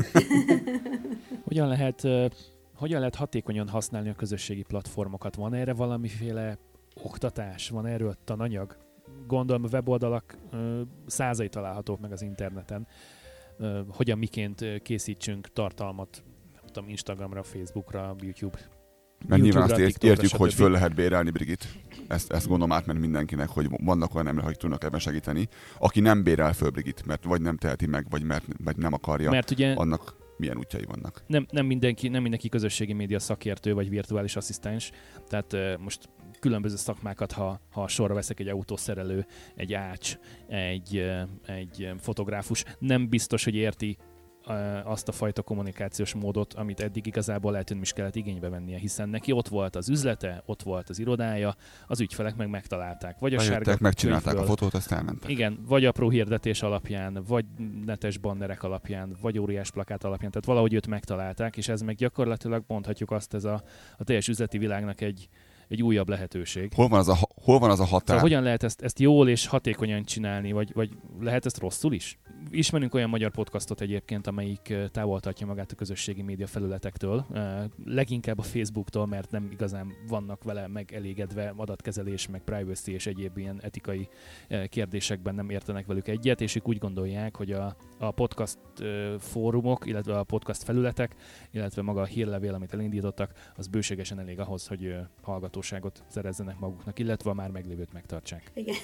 Hogyan lehet, uh, hogyan lehet hatékonyan használni a közösségi platformokat? Van erre valamiféle oktatás? Van erről tananyag? Gondolom, a weboldalak ö, százai találhatók meg az interneten. Ö, hogyan miként készítsünk tartalmat, nem tudom, Instagramra, Facebookra, YouTube. Mert nyilván azt ért, értjük, hogy föl lehet bérelni, Brigit. Ezt, ezt gondolom átmenni mindenkinek, hogy vannak olyan emberek, akik tudnak ebben segíteni. Aki nem bérel föl, Brigit, mert vagy nem teheti meg, vagy mert vagy nem akarja, mert ugye annak milyen útjai vannak. Nem, nem, mindenki, nem mindenki közösségi média szakértő, vagy virtuális asszisztens. Tehát ö, most különböző szakmákat, ha, ha sorra veszek, egy autószerelő, egy ács, egy, egy fotográfus, nem biztos, hogy érti azt a fajta kommunikációs módot, amit eddig igazából lehet, hogy nem is kellett igénybe vennie, hiszen neki ott volt az üzlete, ott volt az irodája, az ügyfelek meg megtalálták. Vagy a Bejöttek, sárga megcsinálták könyvből, a fotót, azt elmentek. Igen, vagy apró hirdetés alapján, vagy netes bannerek alapján, vagy óriás plakát alapján, tehát valahogy őt megtalálták, és ez meg gyakorlatilag mondhatjuk azt, ez a, a teljes üzleti világnak egy egy újabb lehetőség. Hol van az a, hol van az a határ? Szóval hogyan lehet ezt, ezt jól és hatékonyan csinálni, vagy, vagy lehet ezt rosszul is? Ismerünk olyan magyar podcastot egyébként, amelyik távol tartja magát a közösségi média felületektől, leginkább a Facebooktól, mert nem igazán vannak vele megelégedve, adatkezelés, meg privacy és egyéb ilyen etikai kérdésekben nem értenek velük egyet, és ők úgy gondolják, hogy a, a podcast fórumok, illetve a podcast felületek, illetve maga a hírlevél, amit elindítottak, az bőségesen elég ahhoz, hogy hallgatóságot szerezzenek maguknak, illetve a már meglévőt megtartsák. Igen,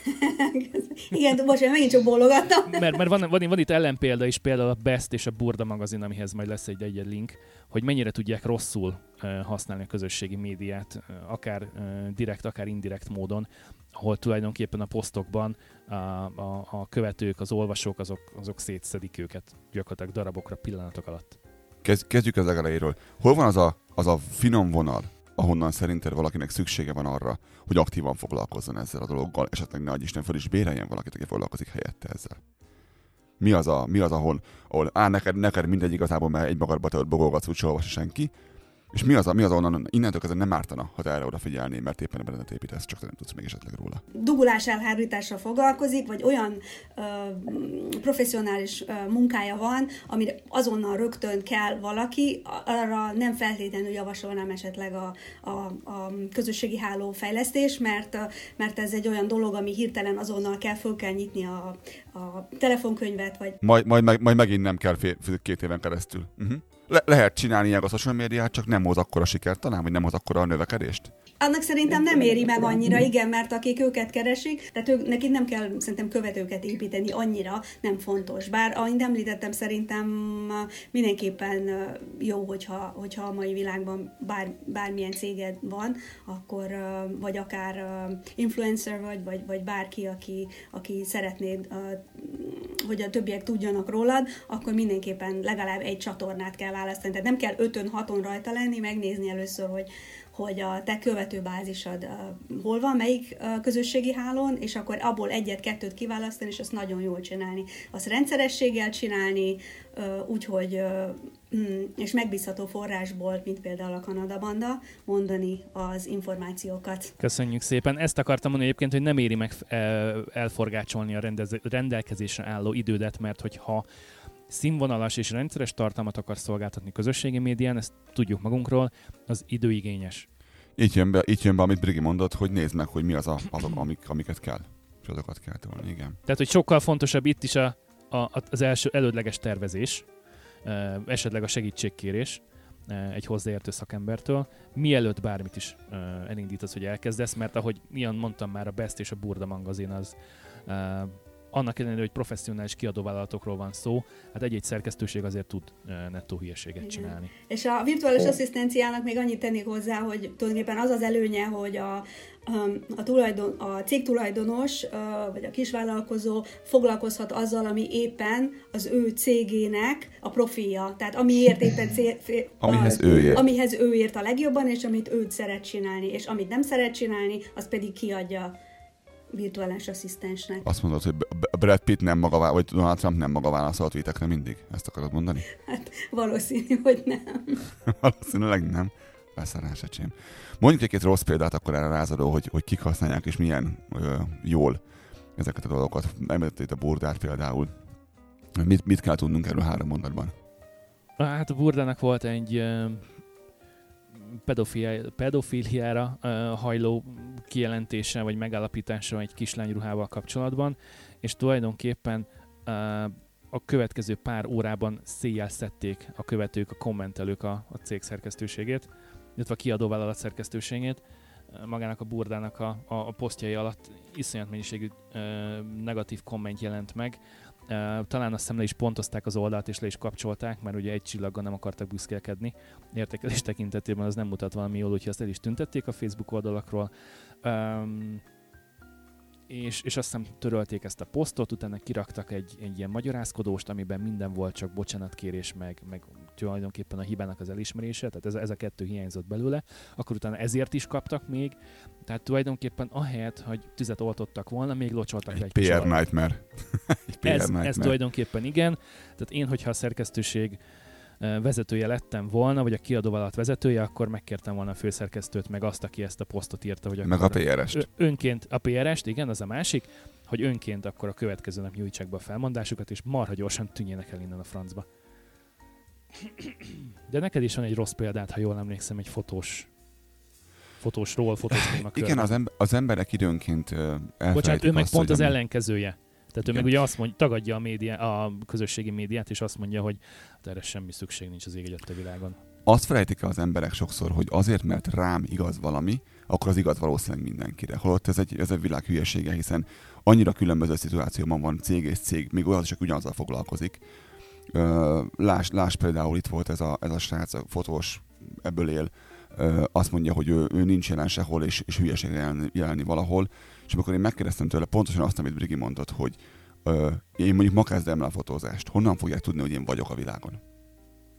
Igen most én megint csak bólogattam. Mert, mert van, van, van itt ellenpélda is, például a Best és a Burda magazin, amihez majd lesz egy egy link, hogy mennyire tudják rosszul uh, használni a közösségi médiát, uh, akár uh, direkt, akár indirekt módon, ahol tulajdonképpen a posztokban a, a, a követők, az olvasók, azok, azok szétszedik őket gyakorlatilag darabokra, pillanatok alatt. Kezdjük az legelejéről. Hol van az a, az a finom vonal, ahonnan szerinted valakinek szüksége van arra, hogy aktívan foglalkozzon ezzel a dologgal, esetleg ne adj Isten föl is béreljen valakit, aki foglalkozik helyette ezzel? Mi az, a, mi az ahol, ahol á, neked, neked mindegy igazából, mert egy magadba te ott bogolgatsz, úgy se olvassa senki. És mi az, a, mi az, ahonnan innentől kezdve nem ártana, ha te erre odafigyelnél, mert éppen ebben építesz, csak te nem tudsz még esetleg róla. Dugulás elhárítással foglalkozik, vagy olyan ö, professzionális ö, munkája van, amire azonnal rögtön kell valaki, arra nem feltétlenül javasolnám esetleg a, a, a közösségi háló fejlesztés, mert, mert ez egy olyan dolog, ami hirtelen azonnal kell, föl kell nyitni a, a telefonkönyvet, vagy... Majd, majd, meg, majd megint nem kell fél, két éven keresztül. Uh-huh. Le- lehet csinálni ilyen a social médiát, csak nem hoz akkora sikert talán, vagy nem hoz akkora a növekedést? Annak szerintem nem éri meg annyira, igen, mert akik őket keresik, tehát ők, nekik nem kell szerintem követőket építeni, annyira nem fontos. Bár, ahogy említettem, szerintem mindenképpen jó, hogyha, hogyha a mai világban bár, bármilyen céged van, akkor, vagy akár influencer vagy, vagy, vagy bárki, aki, aki szeretnéd, hogy a többiek tudjanak rólad, akkor mindenképpen legalább egy csatornát kell választani. Tehát nem kell ötön, haton rajta lenni, megnézni először, hogy hogy a te követőbázisod uh, hol van, melyik uh, közösségi hálón, és akkor abból egyet-kettőt kiválasztani, és azt nagyon jól csinálni. Azt rendszerességgel csinálni, uh, úgyhogy, uh, mm, és megbízható forrásból, mint például a Kanada Banda, mondani az információkat. Köszönjük szépen. Ezt akartam mondani egyébként, hogy nem éri meg elforgácsolni a rendez- rendelkezésre álló idődet, mert hogyha színvonalas és rendszeres tartalmat akarsz szolgáltatni közösségi médián, ezt tudjuk magunkról, az időigényes. Így jön be, így jön be amit Brigi mondott, hogy nézd meg, hogy mi az, a, azok, amik, amiket kell. És azokat kell tolni, igen. Tehát, hogy sokkal fontosabb itt is a, a, az első elődleges tervezés, esetleg a segítségkérés egy hozzáértő szakembertől, mielőtt bármit is elindítasz, hogy elkezdesz, mert ahogy ilyen mondtam már, a Best és a Burda magazin az annak ellenére, hogy professzionális kiadóvállalatokról van szó, hát egy-egy szerkesztőség azért tud nettó hülyeséget csinálni. És a virtuális asszisztenciának még annyit tennék hozzá, hogy tulajdonképpen az az előnye, hogy a, a, tulajdon, a cégtulajdonos vagy a kisvállalkozó foglalkozhat azzal, ami éppen az ő cégének a profilja. Tehát amiért éppen cél, amihez, a, ő ért. amihez ő ért a legjobban, és amit őt szeret csinálni, és amit nem szeret csinálni, az pedig kiadja virtuális asszisztensnek. Azt mondod, hogy Brad Pitt nem maga, vagy Donald Trump nem maga válaszolt tweetekre mindig? Ezt akarod mondani? Hát valószínű, hogy nem. Valószínűleg nem. Beszarás, ecsém. Mondjuk egy-két rossz példát akkor erre rázadó, hogy, hogy kik használják és milyen ö, jól ezeket a dolgokat. Említett itt a Burdát például. Mit, mit kell tudnunk erről három mondatban? Hát a Burdának volt egy uh, pedofili- pedofiliára uh, hajló kijelentése vagy megállapítása egy kislányruhával kapcsolatban, és tulajdonképpen uh, a következő pár órában széjjel szedték a követők, a kommentelők a, a cég szerkesztőségét, illetve a kiadóvállalat szerkesztőségét. Magának a Burdának a, a, a posztjai alatt iszonyat mennyiségű uh, negatív komment jelent meg. Uh, talán azt hiszem le is pontozták az oldalt, és le is kapcsolták, mert ugye egy csillaggal nem akartak büszkélkedni. Értékelés tekintetében az nem mutat valami jól, úgyhogy azt el is tüntették a Facebook oldalakról. Um, és, és azt hiszem törölték ezt a posztot, utána kiraktak egy, egy ilyen magyarázkodóst, amiben minden volt, csak bocsánatkérés, meg, meg tulajdonképpen a hibának az elismerése, tehát ez, ez a kettő hiányzott belőle. Akkor utána ezért is kaptak még, tehát tulajdonképpen ahelyett, hogy tüzet oltottak volna, még locsoltak egy le egy pé er nightmare. egy pé er ez, nightmare. Ez tulajdonképpen igen. Tehát én, hogyha a szerkesztőség vezetője lettem volna, vagy a kiadóvállalat vezetője, akkor megkértem volna a főszerkesztőt, meg azt, aki ezt a posztot írta, hogy meg a pé er est. Önként a pé er est, igen, az a másik, hogy önként akkor a következő nap nyújtsák be a felmondásukat, és marha gyorsan tűnjenek el innen a francba. De neked is van egy rossz példát, ha jól emlékszem, egy fotós fotósról, fotós témakörben. Igen, az, ember, az emberek időnként elfelejtik. Bocsánat, ő meg azt, pont az ami... ellenkezője. Tehát igen. Ő meg ugye azt mondja, tagadja a, média, a közösségi médiát, és azt mondja, hogy erre semmi szükség nincs az ég egyet a világon. Azt felejtik el az emberek sokszor, hogy azért, mert rám igaz valami, akkor az igaz valószínűleg mindenkire. Holott ez egy, ez egy világ hülyesége, hiszen annyira különböző szituációban van cég és cég, még olyan, csak ugyanazzal foglalkozik. Láss, láss például itt volt ez a, ez a srác, a fotós, ebből él, azt mondja, hogy ő, ő nincs jelen sehol, és, és hülyeségre jelenni, jelenni valahol. És amikor én megkérdeztem tőle pontosan azt, amit Brigi mondott, hogy ö, én mondjuk ma kezdem el a fotózást, honnan fogják tudni, hogy én vagyok a világon?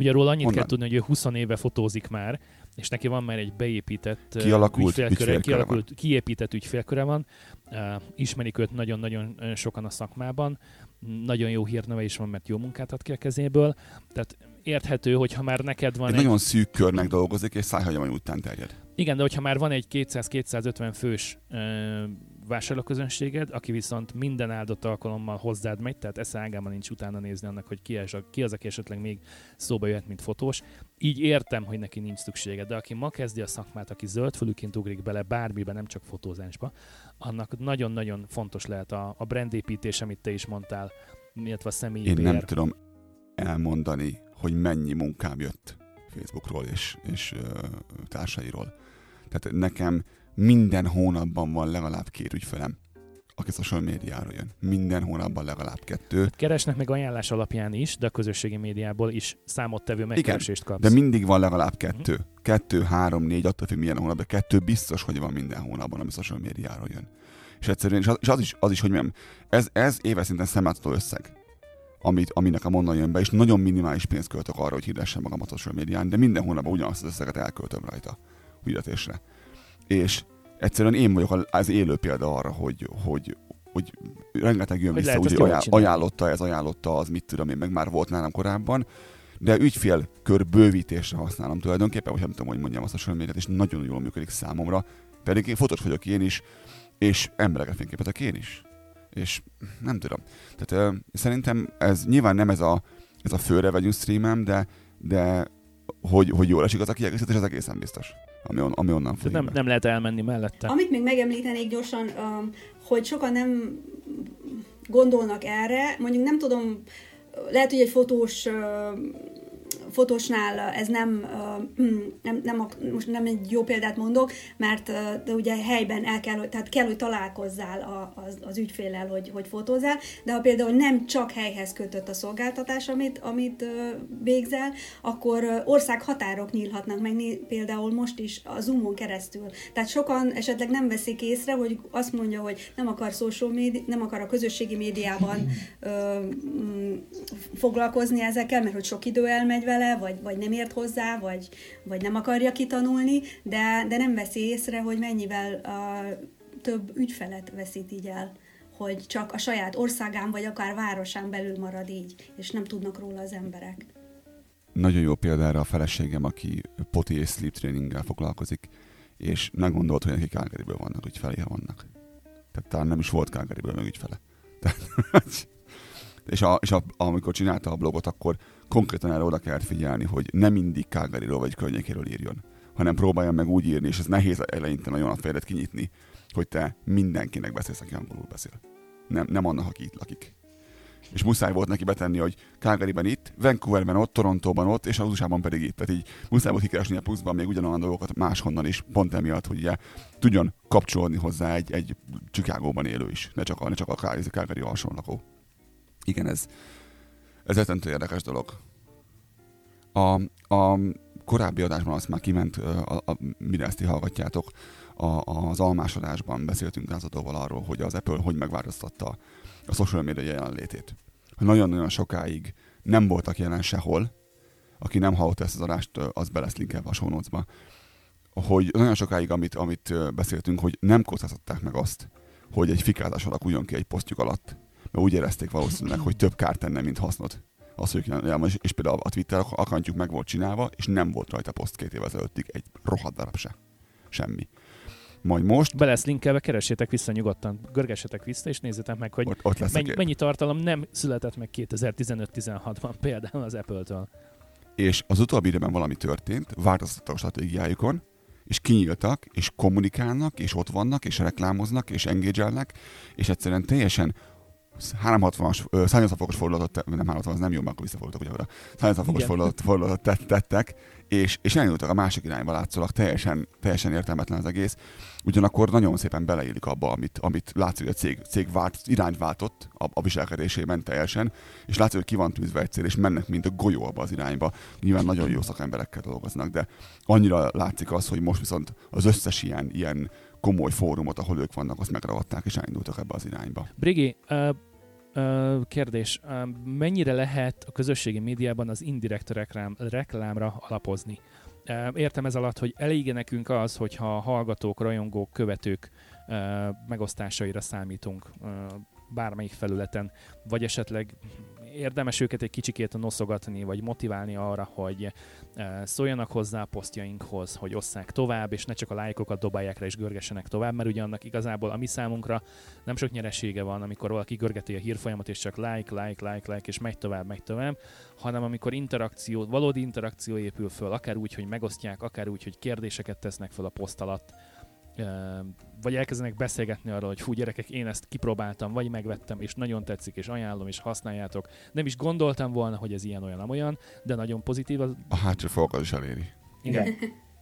Ugye róla annyit Honnan? kell tudni, hogy ő húsz éve fotózik már, és neki van már egy beépített Kialakult ügyfélköre, ügyfélköre kialakult, van. kiépített ügyfélköre van. Uh, ismerik őt nagyon-nagyon sokan a szakmában. Nagyon jó hírneve is van, mert jó munkát ad ki a kezéből. Tehát érthető, hogyha már neked van egy, egy... egy... nagyon szűk körnek dolgozik, és szájhagyomány után terjed. Igen, de hogyha már van egy kétszáz-kétszázötven fős uh, vásárlóközönséged, aki viszont minden áldott alkalommal hozzád megy, tehát esze ágában nincs utána nézni annak, hogy ki az, ki az, aki esetleg még szóba jöhet, mint fotós. Így értem, hogy neki nincs szüksége, de aki ma kezdi a szakmát, aki zöldfülűként ugrik bele bármiben, nem csak fotózásba, annak nagyon-nagyon fontos lehet a, a brandépítés, amit te is mondtál, illetve a személyi Én pé er. nem tudom elmondani, hogy mennyi munkám jött Facebookról és, és uh, társairól. Tehát nekem minden hónapban van legalább két ügyfelem, aki social médiára jön. Minden hónapban legalább kettő. Keresnek meg ajánlás alapján is, de a közösségi médiából is számottevő megkeresést kapsz. De mindig van legalább kettő. Uh-huh. Kettő, három, négy, attól függ milyen hónapban. Kettő biztos, hogy van minden hónapban, ami social médiára jön. És egyszerűen, és az, és az is, az is, hogy mondjam, ez, ez éves szinten szemlátható összeg, amit, aminek a mondan jön be, és nagyon minimális pénzt költök arra, hogy hirdessem magam a social médián, de minden hónapban ugyanazt az összeget elköltöm rajta hirdetésre. És egyszerűen én vagyok az élő példa arra, hogy, hogy, hogy rengeteg jön hogy vissza, úgy ajánl, ajánlotta, ez ajánlotta, az mit tudom én, meg már volt nálam korábban, de ügyfélkör bővítésre használom tulajdonképpen, vagy nem tudom, hogy mondjam a social médiát, és nagyon jól működik számomra, pedig én fotós vagyok én is, és embereket fényképezek én is. És nem tudom. Tehát uh, szerintem ez nyilván nem ez a, ez a fő revenue streamem, de, de hogy, hogy jól esik az a kiegészítés, az egészen biztos. Ami, on, ami onnan folyik nem, be. nem lehet elmenni mellette. Amit még megemlítenék gyorsan, hogy sokan nem gondolnak erre, mondjuk nem tudom, lehet, hogy egy fotós fotósnál ez nem, nem, nem, most nem egy jó példát mondok, mert de ugye helyben el kell, tehát kell, hogy találkozzál az, az ügyféllel, hogy, hogy fotózzál, de ha például nem csak helyhez kötött a szolgáltatás, amit, amit végzel, akkor országhatárok nyílhatnak meg, például most is a Zoomon keresztül. Tehát sokan esetleg nem veszik észre, hogy azt mondja, hogy nem akar social médi, nem akar a közösségi médiában ö, m, foglalkozni ezekkel, mert hogy sok idő elmegy vele, vagy, vagy nem ért hozzá, vagy, vagy nem akarja kitanulni, de, de nem veszi észre, hogy mennyivel uh, több ügyfelet veszít így el, hogy csak a saját országán, vagy akár városán belül marad így, és nem tudnak róla az emberek. Nagyon jó példára a feleségem, aki poti és sleep traininggel foglalkozik, és nem gondolt, hogy neki Calgaryből vannak ügyfelei, vannak. Tehát talán nem is volt Calgaryből meg ügyfele. Tehát, és, a, és a, amikor csinálta a blogot, akkor konkrétan erre oda kellett figyelni, hogy nem mindig Calgaryról vagy környékéről írjon, hanem próbálja meg úgy írni, és ez nehéz eleinte nagyon a fejedet kinyitni, hogy te mindenkinek beszélsz, aki angolul beszél. Nem, nem annak, aki itt lakik. És muszáj volt neki betenni, hogy Calgaryben itt, Vancouverben ott, Torontóban ott, és az u es á-ban pedig itt. Tehát így muszáj volt kikeresni a pluszban még ugyanolyan dolgokat máshonnan is, pont emiatt, hogy ugye tudjon kapcsolódni hozzá egy, egy Chicagóban élő is, ne csak a, ne csak a Calgary hasonló. Igen, ez, ez rettentő érdekes dolog. A, a korábbi adásban azt már kiment, a, a, mire ezt ti hallgatjátok, a, az almás adásban beszéltünk Lázadóval arról, hogy az Apple hogy megváltoztatta a social media jelenlétét. Nagyon-nagyon sokáig nem voltak jelen sehol, aki nem hallotta ezt az adást, az be lesz linkelve a show notes-ba, hogy nagyon sokáig, amit, amit beszéltünk, hogy nem kockáztatták meg azt, hogy egy fikázás alakuljon ki egy posztjuk alatt, mert úgy érezték valószínűleg, hogy több kárt tenne, mint hasznot. Az, hogy nem, és például a Twitter akantjuk meg volt csinálva, és nem volt rajta poszt két évvel ezelőttig egy rohadt darab se. Semmi. Majd most... Be lesz linkelve, keressétek vissza nyugodtan, görgessetek vissza, és nézzétek meg, hogy ott, ott mennyi, mennyi tartalom nem született meg kétezer-tizenöt-tizenhatban például az Apple-től. És az utóbbi időben valami történt, változtattak a stratégiájukon, és kinyíltak, és kommunikálnak, és ott vannak, és reklámoznak, és engage-elnek, és egyszerűen teljesen háromszázhatvanas, száznyolcvan fokos fordulatot, nem háromszázhatvan, az nem jó, mert akkor visszafordultak ugyanúra. száznyolcvan fokos fordulatot, fordulatot tettek, és, és elindultak a másik irányba látszólag, teljesen, teljesen értelmetlen az egész. Ugyanakkor nagyon szépen beleillik abba, amit, amit látszik, hogy a cég, cég vált, irányt váltott a, a viselkedésében teljesen, és látszik, hogy ki van tűzve egy cél, és mennek, mint a golyó abba az irányba. Nyilván nagyon jó szakemberekkel dolgoznak, de annyira látszik az, hogy most viszont az összes ilyen, ilyen komoly fórumot, ahol ők vannak, azt megragadták, és elindultak ebbe az irányba. Brigi, uh, Ö, kérdés, ö, mennyire lehet a közösségi médiában az indirekt reklám, reklámra alapozni? Ö, értem ez alatt, hogy elég nekünk az, hogyha hallgatók, rajongók, követők ö, megosztásaira számítunk ö, bármelyik felületen, vagy esetleg érdemes őket egy kicsikét noszogatni, vagy motiválni arra, hogy szóljanak hozzá a posztjainkhoz, hogy osszák tovább, és ne csak a lájkokat dobálják rá és görgessenek tovább, mert ugye annak igazából a mi számunkra nem sok nyeresége van, amikor valaki görgeti a hírfolyamat, és csak like, like, like, like, és megy tovább, megy tovább, hanem amikor interakció, valódi interakció épül föl, akár úgy, hogy megosztják, akár úgy, hogy kérdéseket tesznek föl a poszt alatt, vagy elkezdenek beszélgetni arról, hogy fú, gyerekek, én ezt kipróbáltam, vagy megvettem, és nagyon tetszik, és ajánlom, és használjátok. Nem is gondoltam volna, hogy ez ilyen, olyan, olyan, de nagyon pozitív. Az... A hátsó falakat is eléri. Igen.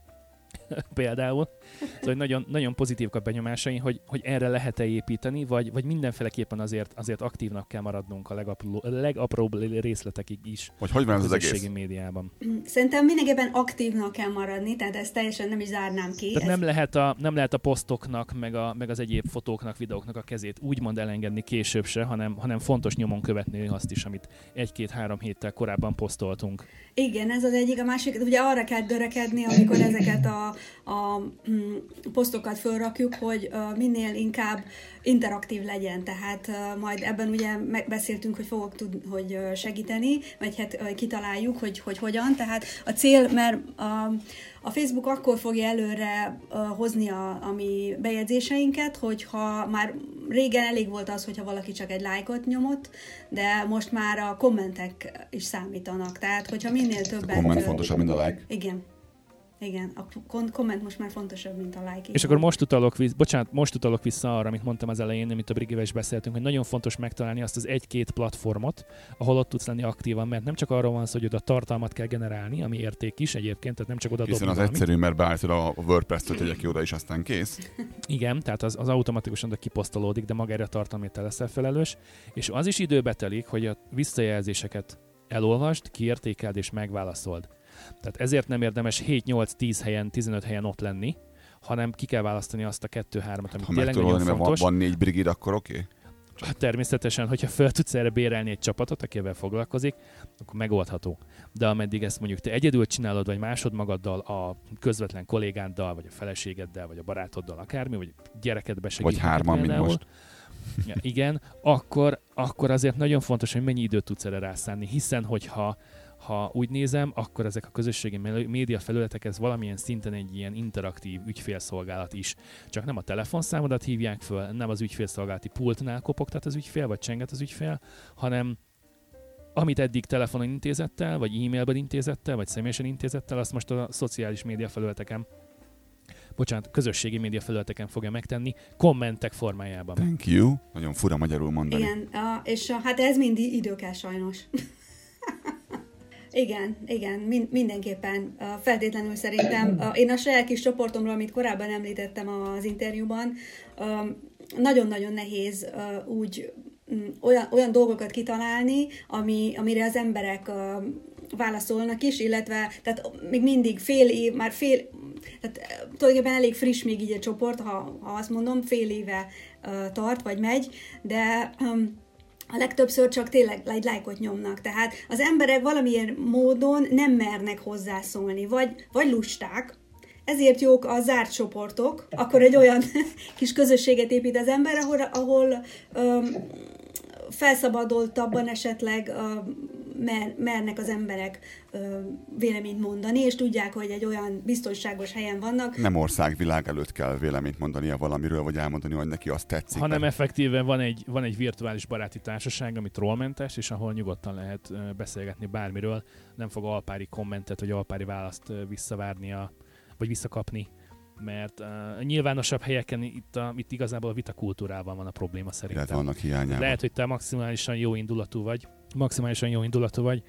Például. Szóval nagyon, nagyon pozitívak a benyomásai, hogy, hogy erre lehet-e építeni, vagy, vagy mindenféleképpen azért, azért aktívnak kell maradnunk a legapró, legapróbb részletekig is. Hogy hogy van ez az egész? Médiában. Szerintem mindenképpen aktívnak kell maradni, tehát ezt teljesen nem is zárnám ki. Tehát ez... nem, lehet a, nem lehet a posztoknak, meg, a, meg az egyéb fotóknak, videóknak a kezét úgymond elengedni később se, hanem, hanem fontos nyomon követni azt is, amit egy-két-három héttel korábban posztoltunk. Igen, ez az egyik. A másik, ugye arra kell törekedni, amikor ezeket a, a mm, posztokat fölrakjuk, hogy uh, minél inkább interaktív legyen. Tehát uh, majd ebben ugye megbeszéltünk, hogy fogok tud, hogy uh, segíteni, vagy hát uh, kitaláljuk, hogy, hogy hogyan. Tehát a cél, mert uh, a Facebook akkor fogja előre uh, hozni a, a mi bejegyzéseinket, hogyha már régen elég volt az, hogyha valaki csak egy lájkot nyomott, de most már a kommentek is számítanak. Tehát, hogyha minél többet... A komment fontosabb, mint a like. Igen. Igen, a komment most már fontosabb, mint a like. És akkor most utalok, vissza, bocsánat, most utalok vissza arra, amit mondtam az elején, amit a Brigivel is beszéltünk, hogy nagyon fontos megtalálni azt az egy-két platformot, ahol ott tudsz lenni aktívan, mert nem csak arról van szó, hogy oda tartalmat kell generálni, ami érték is egyébként, tehát nem csak oda dobni. Hiszen az valamit. Egyszerű, mert beállítod a WordPress-t, tegyek ki oda, és aztán kész. Igen, tehát az, az automatikusan oda kiposztolódik, de magára a tartalmért te leszel felelős, és az is időbe telik, hogy a visszajelzéseket elolvasd, kiértékeld és megválaszold. Tehát ezért nem érdemes hét-nyolc-tíz helyen, tizenöt helyen ott lenni, hanem ki kell választani azt a kettő-hármat, amit ha tényleg nagyon oldani, fontos. Van, van négy brigid, akkor oké? Okay? Hát természetesen, hogyha fel tudsz erre bérelni egy csapatot, akivel foglalkozik, akkor megoldható. De ameddig ezt mondjuk te egyedül csinálod, vagy másod magaddal, a közvetlen kollégáddal, vagy a feleségeddel, vagy a barátoddal, akármi, vagy gyerekedbe segíteni. Vagy hárman, mint most. Ja, igen, akkor, akkor azért nagyon fontos, hogy mennyi időt tudsz erre rászánni, hiszen hogyha ha úgy nézem, akkor ezek a közösségi média felületek, ez valamilyen szinten egy ilyen interaktív ügyfélszolgálat is. Csak nem a telefonszámodat hívják föl, nem az ügyfélszolgálati pultnál kopogtat az ügyfél, vagy csenget az ügyfél, hanem amit eddig telefonon intézettel, vagy e-mailben intézettel, vagy személyesen intézettel, azt most a szociális média felületeken, bocsánat, közösségi média felületeken fogja megtenni, kommentek formájában. Thank you. Nagyon fura magyarul mondani. Igen, a, és a, hát ez mind idő kell sajnos. Igen, igen, mind, mindenképpen uh, feltétlenül szerintem. Uh, én a saját kis csoportomról, amit korábban említettem az interjúban, uh, nagyon-nagyon nehéz uh, úgy um, olyan, olyan dolgokat kitalálni, ami, amire az emberek uh, válaszolnak is, illetve tehát még mindig fél év, már fél, tehát tulajdonképpen elég friss még így a csoport, ha, ha azt mondom, fél éve uh, tart, vagy megy, de... Um, a legtöbbször csak tényleg egy lájkot nyomnak. Tehát az emberek valamilyen módon nem mernek hozzászólni, vagy, vagy lusták. Ezért jók a zárt csoportok. Akkor egy olyan kis közösséget épít az ember, ahol, ahol um, felszabadultabban esetleg um, mer, mernek az emberek um, véleményt mondani, és tudják, hogy egy olyan biztonságos helyen vannak. Nem országvilág előtt kell véleményt mondania valamiről, vagy elmondani, hogy neki azt tetszik. Hanem mert... effektíven van egy, van egy virtuális baráti társaság, ami trollmentes, és ahol nyugodtan lehet beszélgetni bármiről. Nem fog alpári kommentet, vagy alpári választ visszavárni, a, vagy visszakapni. Mert uh, nyilvánosabb helyeken itt, a, itt igazából a vitakultúrával van a probléma szerintem. Illetve annak hiányában. Lehet, hogy te maximálisan jó indulatú vagy, maximálisan jó indulatú vagy,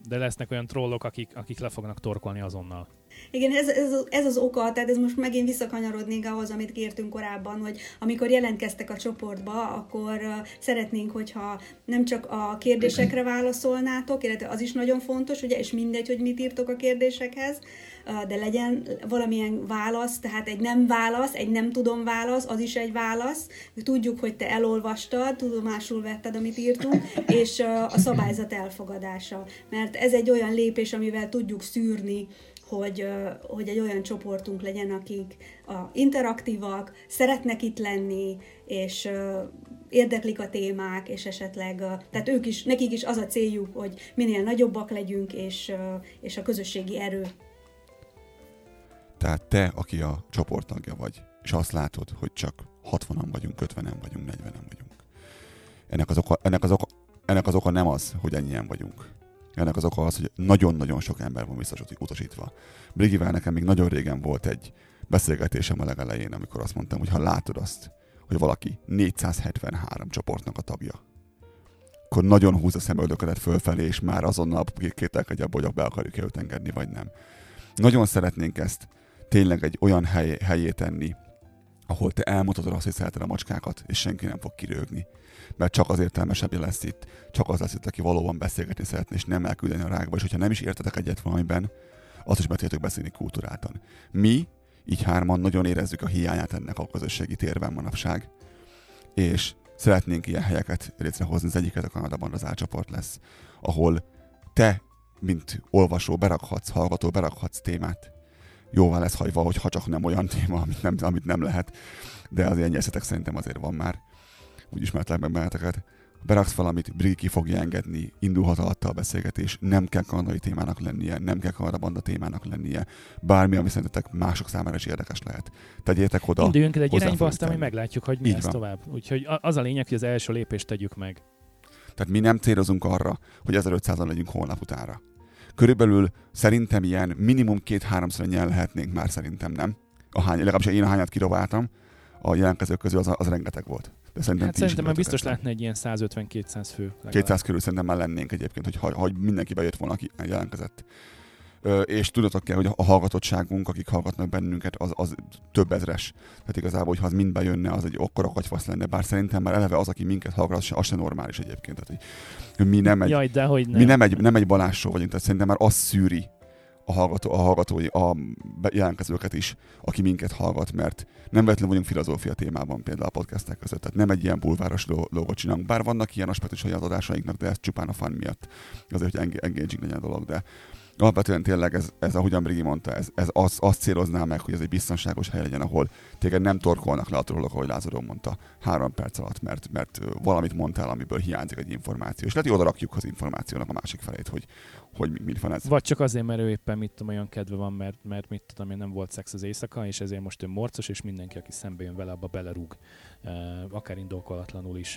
De lesznek olyan trollok, akik, akik le fognak torkolni azonnal. Igen, ez, ez, ez az oka, tehát ez most megint visszakanyarodnék ahhoz, amit kértünk korábban, hogy amikor jelentkeztek a csoportba, akkor uh, szeretnénk, hogyha nem csak a kérdésekre válaszolnátok, illetve az is nagyon fontos, ugye, és mindegy, hogy mit írtok a kérdésekhez, uh, de legyen valamilyen válasz, tehát egy nem válasz, egy nem tudom válasz, az is egy válasz. Tudjuk, hogy te elolvastad, tudomásul vetted, amit írtunk, és uh, a szabályzat elfogadása. Mert ez egy olyan lépés, amivel tudjuk szűrni, hogy, hogy egy olyan csoportunk legyen, akik a interaktívak, szeretnek itt lenni, és érdeklik a témák, és esetleg, tehát ők is, nekik is az a céljuk, hogy minél nagyobbak legyünk, és, és a közösségi erő. Tehát te, aki a csoporttagja vagy, és azt látod, hogy csak hatvanan vagyunk, ötvenen vagyunk, negyvenen vagyunk. Ennek az oka, ennek az oka, ennek az oka nem az, hogy ennyien vagyunk. Ennek az oka az, hogy nagyon-nagyon sok ember van visszautasítva. Brigivel nekem még nagyon régen volt egy beszélgetésem a legelején, amikor azt mondtam, hogy ha látod azt, hogy valaki négyszázhetvenhárom csoportnak a tagja, akkor nagyon húz a szemöldöködet fölfelé, és már azonnal kételkedj abba, hogy be akarjuk őt engedni, vagy nem. Nagyon szeretnénk ezt tényleg egy olyan hely, helyé tenni, ahol te elmutatod azt, hogy szereted a macskákat, és senki nem fog kirögni. Mert csak az értelmesebbje lesz itt, csak az lesz itt, aki valóban beszélgetni szeretne, és nem elküldeni a rákba, és hogyha nem is értetek egyet valamiben, azt is beszéltük beszélni kultúráltan. Mi, így hárman nagyon érezzük a hiányát ennek a közösségi térben manapság, és szeretnénk ilyen helyeket létrehozni. Az egyiket a Kanadában az álcsoport lesz, ahol te, mint olvasó, berakhatsz, hallgató, berakhatsz témát. Jóval lesz hagyva, hogyha csak nem olyan téma, amit nem, amit nem lehet, de az ilyen nyelszetek szerintem azért van már. Úgy ismertlek meg benneteket. Beraksz valamit, Brigi ki fogja engedni, indulhat alatta a beszélgetés, nem kell kanadai témának lennie, nem kell kanadabanda témának lennie, bármi, ami szerintetek mások számára is érdekes lehet. Tegyétek oda. Induljunk egy irányba, aztán mi meglátjuk, hogy mi Így lesz van. tovább. Úgyhogy az a lényeg, hogy az első lépést tegyük meg. Tehát mi nem célozunk arra, hogy ezerötszázan legyünk holnap utánra. Körülbelül szerintem ilyen minimum két-háromszor ennyien lehetnénk már, szerintem nem. A hány, legalábbis én a hányat kirováltam, a jelentkezők közül az, az rengeteg volt. De szerintem hát szerintem már biztos lehetne egy ilyen százötven-kétszáz fő. Legalább. kétszáz körül szerintem már lennénk egyébként, hogy, hogy mindenki bejött volna, aki jelentkezett. Ö, és tudatok kell, hogy a hallgatottságunk, akik hallgatnak bennünket, az, az több ezres. Tehát igazából, hogyha az mind bejönne, az egy akkora katyfasz lenne. Bár szerintem már eleve az, aki minket hallgat, az se, az se normális egyébként. Tehát, hogy mi nem egy, Jaj, de hogy nem. mi nem egy, nem egy Balázs show vagyunk, tehát szerintem már az szűri a, hallgató, a hallgatói, a jelentkezőket is, aki minket hallgat, mert nem véletlenül vagyunk filozófia témában például a podcastek között, tehát nem egy ilyen bulváros lógot csinálunk, bár vannak ilyen aspektusai az adásainknak, de ez csupán a fun miatt, azért, hogy engaging legyen a dolog, de alapvetően tényleg ez, ez ahogyan Brigi mondta, ez, ez az, azt célozná meg, hogy ez egy biztonságos hely legyen, ahol téged nem torkolnak le a trollok, ahogy Lázadó mondta, három perc alatt, mert, mert valamit mondtál, amiből hiányzik egy információ. És lehet, hogy oda rakjuk az információnak a másik felét, hogy, hogy mit van ez. Vagy csak azért, mert ő éppen mit tudom, olyan kedve van, mert, mert mit tudom, én nem volt szex az éjszaka, és ezért most ő morcos, és mindenki, aki szembe jön vele, abba belerúg, akár indokolatlanul is.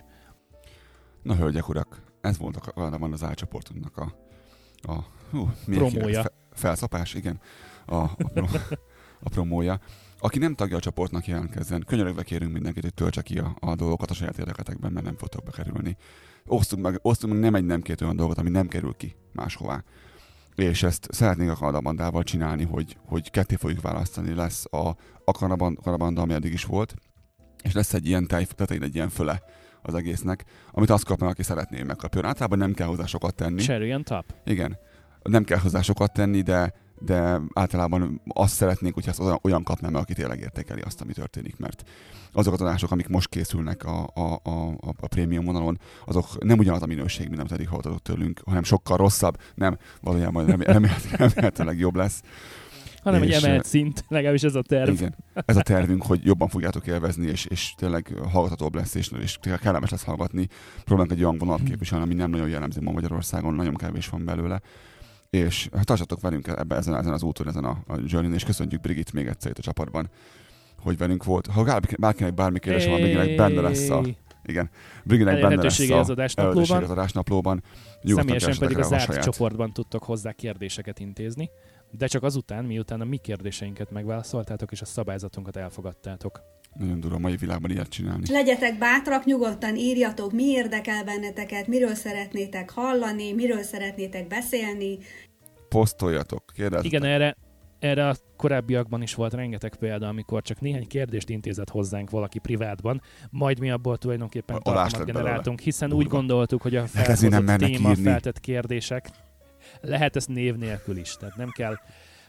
Na, hölgyek, urak, ez volt a Kanadában az álcsoportunknak a a hú, promója. Fe, felszapás, igen, a, a, pro, a promója. Aki nem tagja a csoportnak, jelentkezzen. Könyörögve kérünk mindenkit, hogy töltse ki a, a dolgokat a saját érdeketekben, mert nem fogtok bekerülni. Osztunk meg, osztunk meg nem egy, nem két olyan dolgot, ami nem kerül ki máshová. És ezt szeretnénk a Kanadabandával csinálni, hogy, hogy ketté fogjuk választani. Lesz a, a Kanadabanda, ami eddig is volt, és lesz egy ilyen tej, tehát egy ilyen föle az egésznek, amit azt kap meg, aki szeretné, megkapjon. Általában nem kell hozzá sokat tenni. Cherry on top. Igen. Nem kell hozzá sokat tenni, de, de általában azt szeretnénk, hogy ezt olyan, olyan kapná meg, aki tényleg értékeli azt, ami történik, mert azok az adások, amik most készülnek a, a, a, a prémium vonalon, azok nem ugyanaz a minőség, mint amit eddig hallottatok tőlünk, hanem sokkal rosszabb. Nem, valójában remélhetőleg jobb lesz. Hanem egy emelt szint, legalábbis ez a terv. Igen, ez a tervünk, hogy jobban fogjátok élvezni, és, és tényleg hallgathatóbb lesz, és, és kellemes lesz hallgatni. Próbálunk egy olyan vonalat képviselni, ami nem nagyon jellemző ma Magyarországon, nagyon kevés van belőle. És hát tartsatok velünk ebbe, ezen, ezen az úton, ezen a, a journey-n, és köszönjük Brigit még egyszer itt a csapatban, hogy velünk volt. Ha bárkinek bármi kérdése van, Briginek benne lesz a... Igen, Briginek benne lesz a az adásnaplóban. Az adásnaplóban. Személyesen pedig a zárt a csoportban tudtok hozzá kérdéseket intézni, de csak azután, miután a mi kérdéseinket megválaszoltátok, és a szabályzatunkat elfogadtátok. Nagyon durva a mai világban ilyet csinálni. Legyetek bátrak, nyugodtan írjatok, mi érdekel benneteket, miről szeretnétek hallani, miről szeretnétek beszélni. Posztoljatok, kérdezzetek. Igen, erre, erre a korábbiakban is volt rengeteg példa, amikor csak néhány kérdést intézett hozzánk valaki privátban, majd mi abból tulajdonképpen tartalmat generáltunk, hiszen Durva. úgy gondoltuk, hogy a felhozott téma, írni. feltett kérdések lehet ezt név nélkül is, tehát nem kell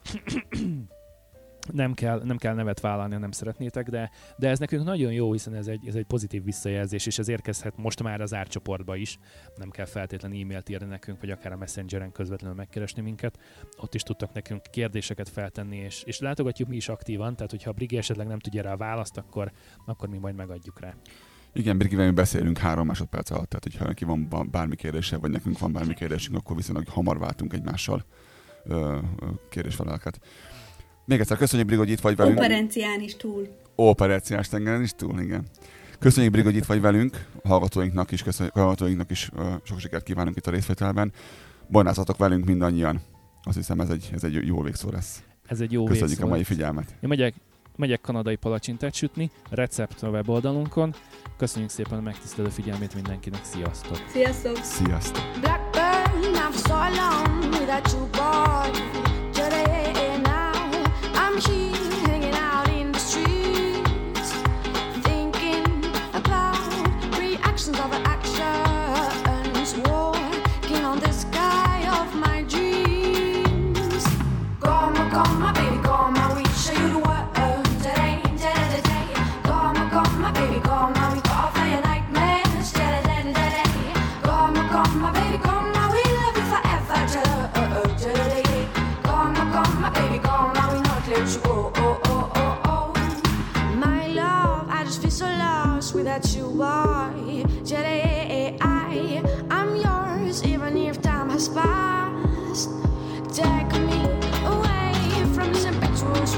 nem kell, nem kell nevet vállalni, ha nem szeretnétek, de, de ez nekünk nagyon jó, hiszen ez egy, ez egy pozitív visszajelzés, és ez érkezhet most már az árcsoportba is. Nem kell feltétlenül e-mailt írni nekünk, vagy akár a Messengeren közvetlenül megkeresni minket. Ott is tudtak nekünk kérdéseket feltenni, és, és látogatjuk mi is aktívan, tehát hogyha a Brigi esetleg nem tudja rá a választ, akkor, akkor mi majd megadjuk rá. Igen, Brigivel mi beszélünk három másodperc alatt, tehát hogyha neki van bármi kérdése, vagy nekünk van bármi kérdésünk, akkor viszonylag hamar váltunk egymással kérdésfeleleket. Még egyszer köszönjük, Brigo, hogy itt vagy velünk. Operencián is túl. Operenciás tengeren is túl, igen. Köszönjük, Brigo, hogy itt vagy velünk. A hallgatóinknak is, köszönjük, a hallgatóinknak is uh, sok sikert kívánunk itt a részvételben. Bajnázzatok velünk mindannyian. Azt hiszem, ez egy, ez egy jó végszó lesz. Ez egy jó Köszönjük végszó. a mai figyelmet. Én megyek, megyek kanadai palacsintát sütni, recept a weboldalunkon. Köszönjük szépen a megtisztelő figyelmét mindenkinek. Sziasztok! Sziasztok! Sziasztok! Blackburn, I'm so alone without you, boy. Today now, I'm here hanging out in the streets, thinking about reactions of actions, walking on the sky of my dreams. Come on, come on, baby, come on, we show you the world today, today, today. Come on, come on, baby, come on, we fall for your nightmares today, today. Come on, come on, baby, come on, we love you forever today. Come on, come on, baby, come on, we not let you go. Oh, oh, oh, oh. My love, I just feel so lost without you, boy. Today, I, I'm yours, even if time has passed. Take me away from this impetuous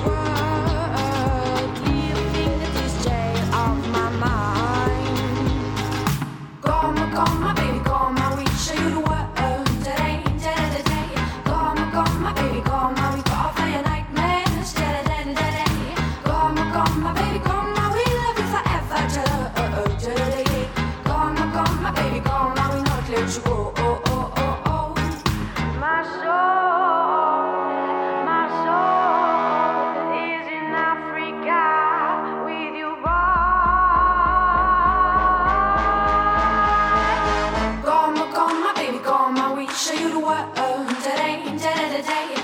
world, leaving this jail of my mind. Come on, come on, baby, come on, we show you the world today, today, today. Come on, come on, baby, come on, we fall for your nightmares today, today. Come on, come on, baby, come on, we love you forever today. Come on, come on, baby, come on, we not let you go. Oh, oh, oh, oh. My soul, my soul is in Africa with you, boy. Come on, come on, baby, come on, we show you the world today, today, today.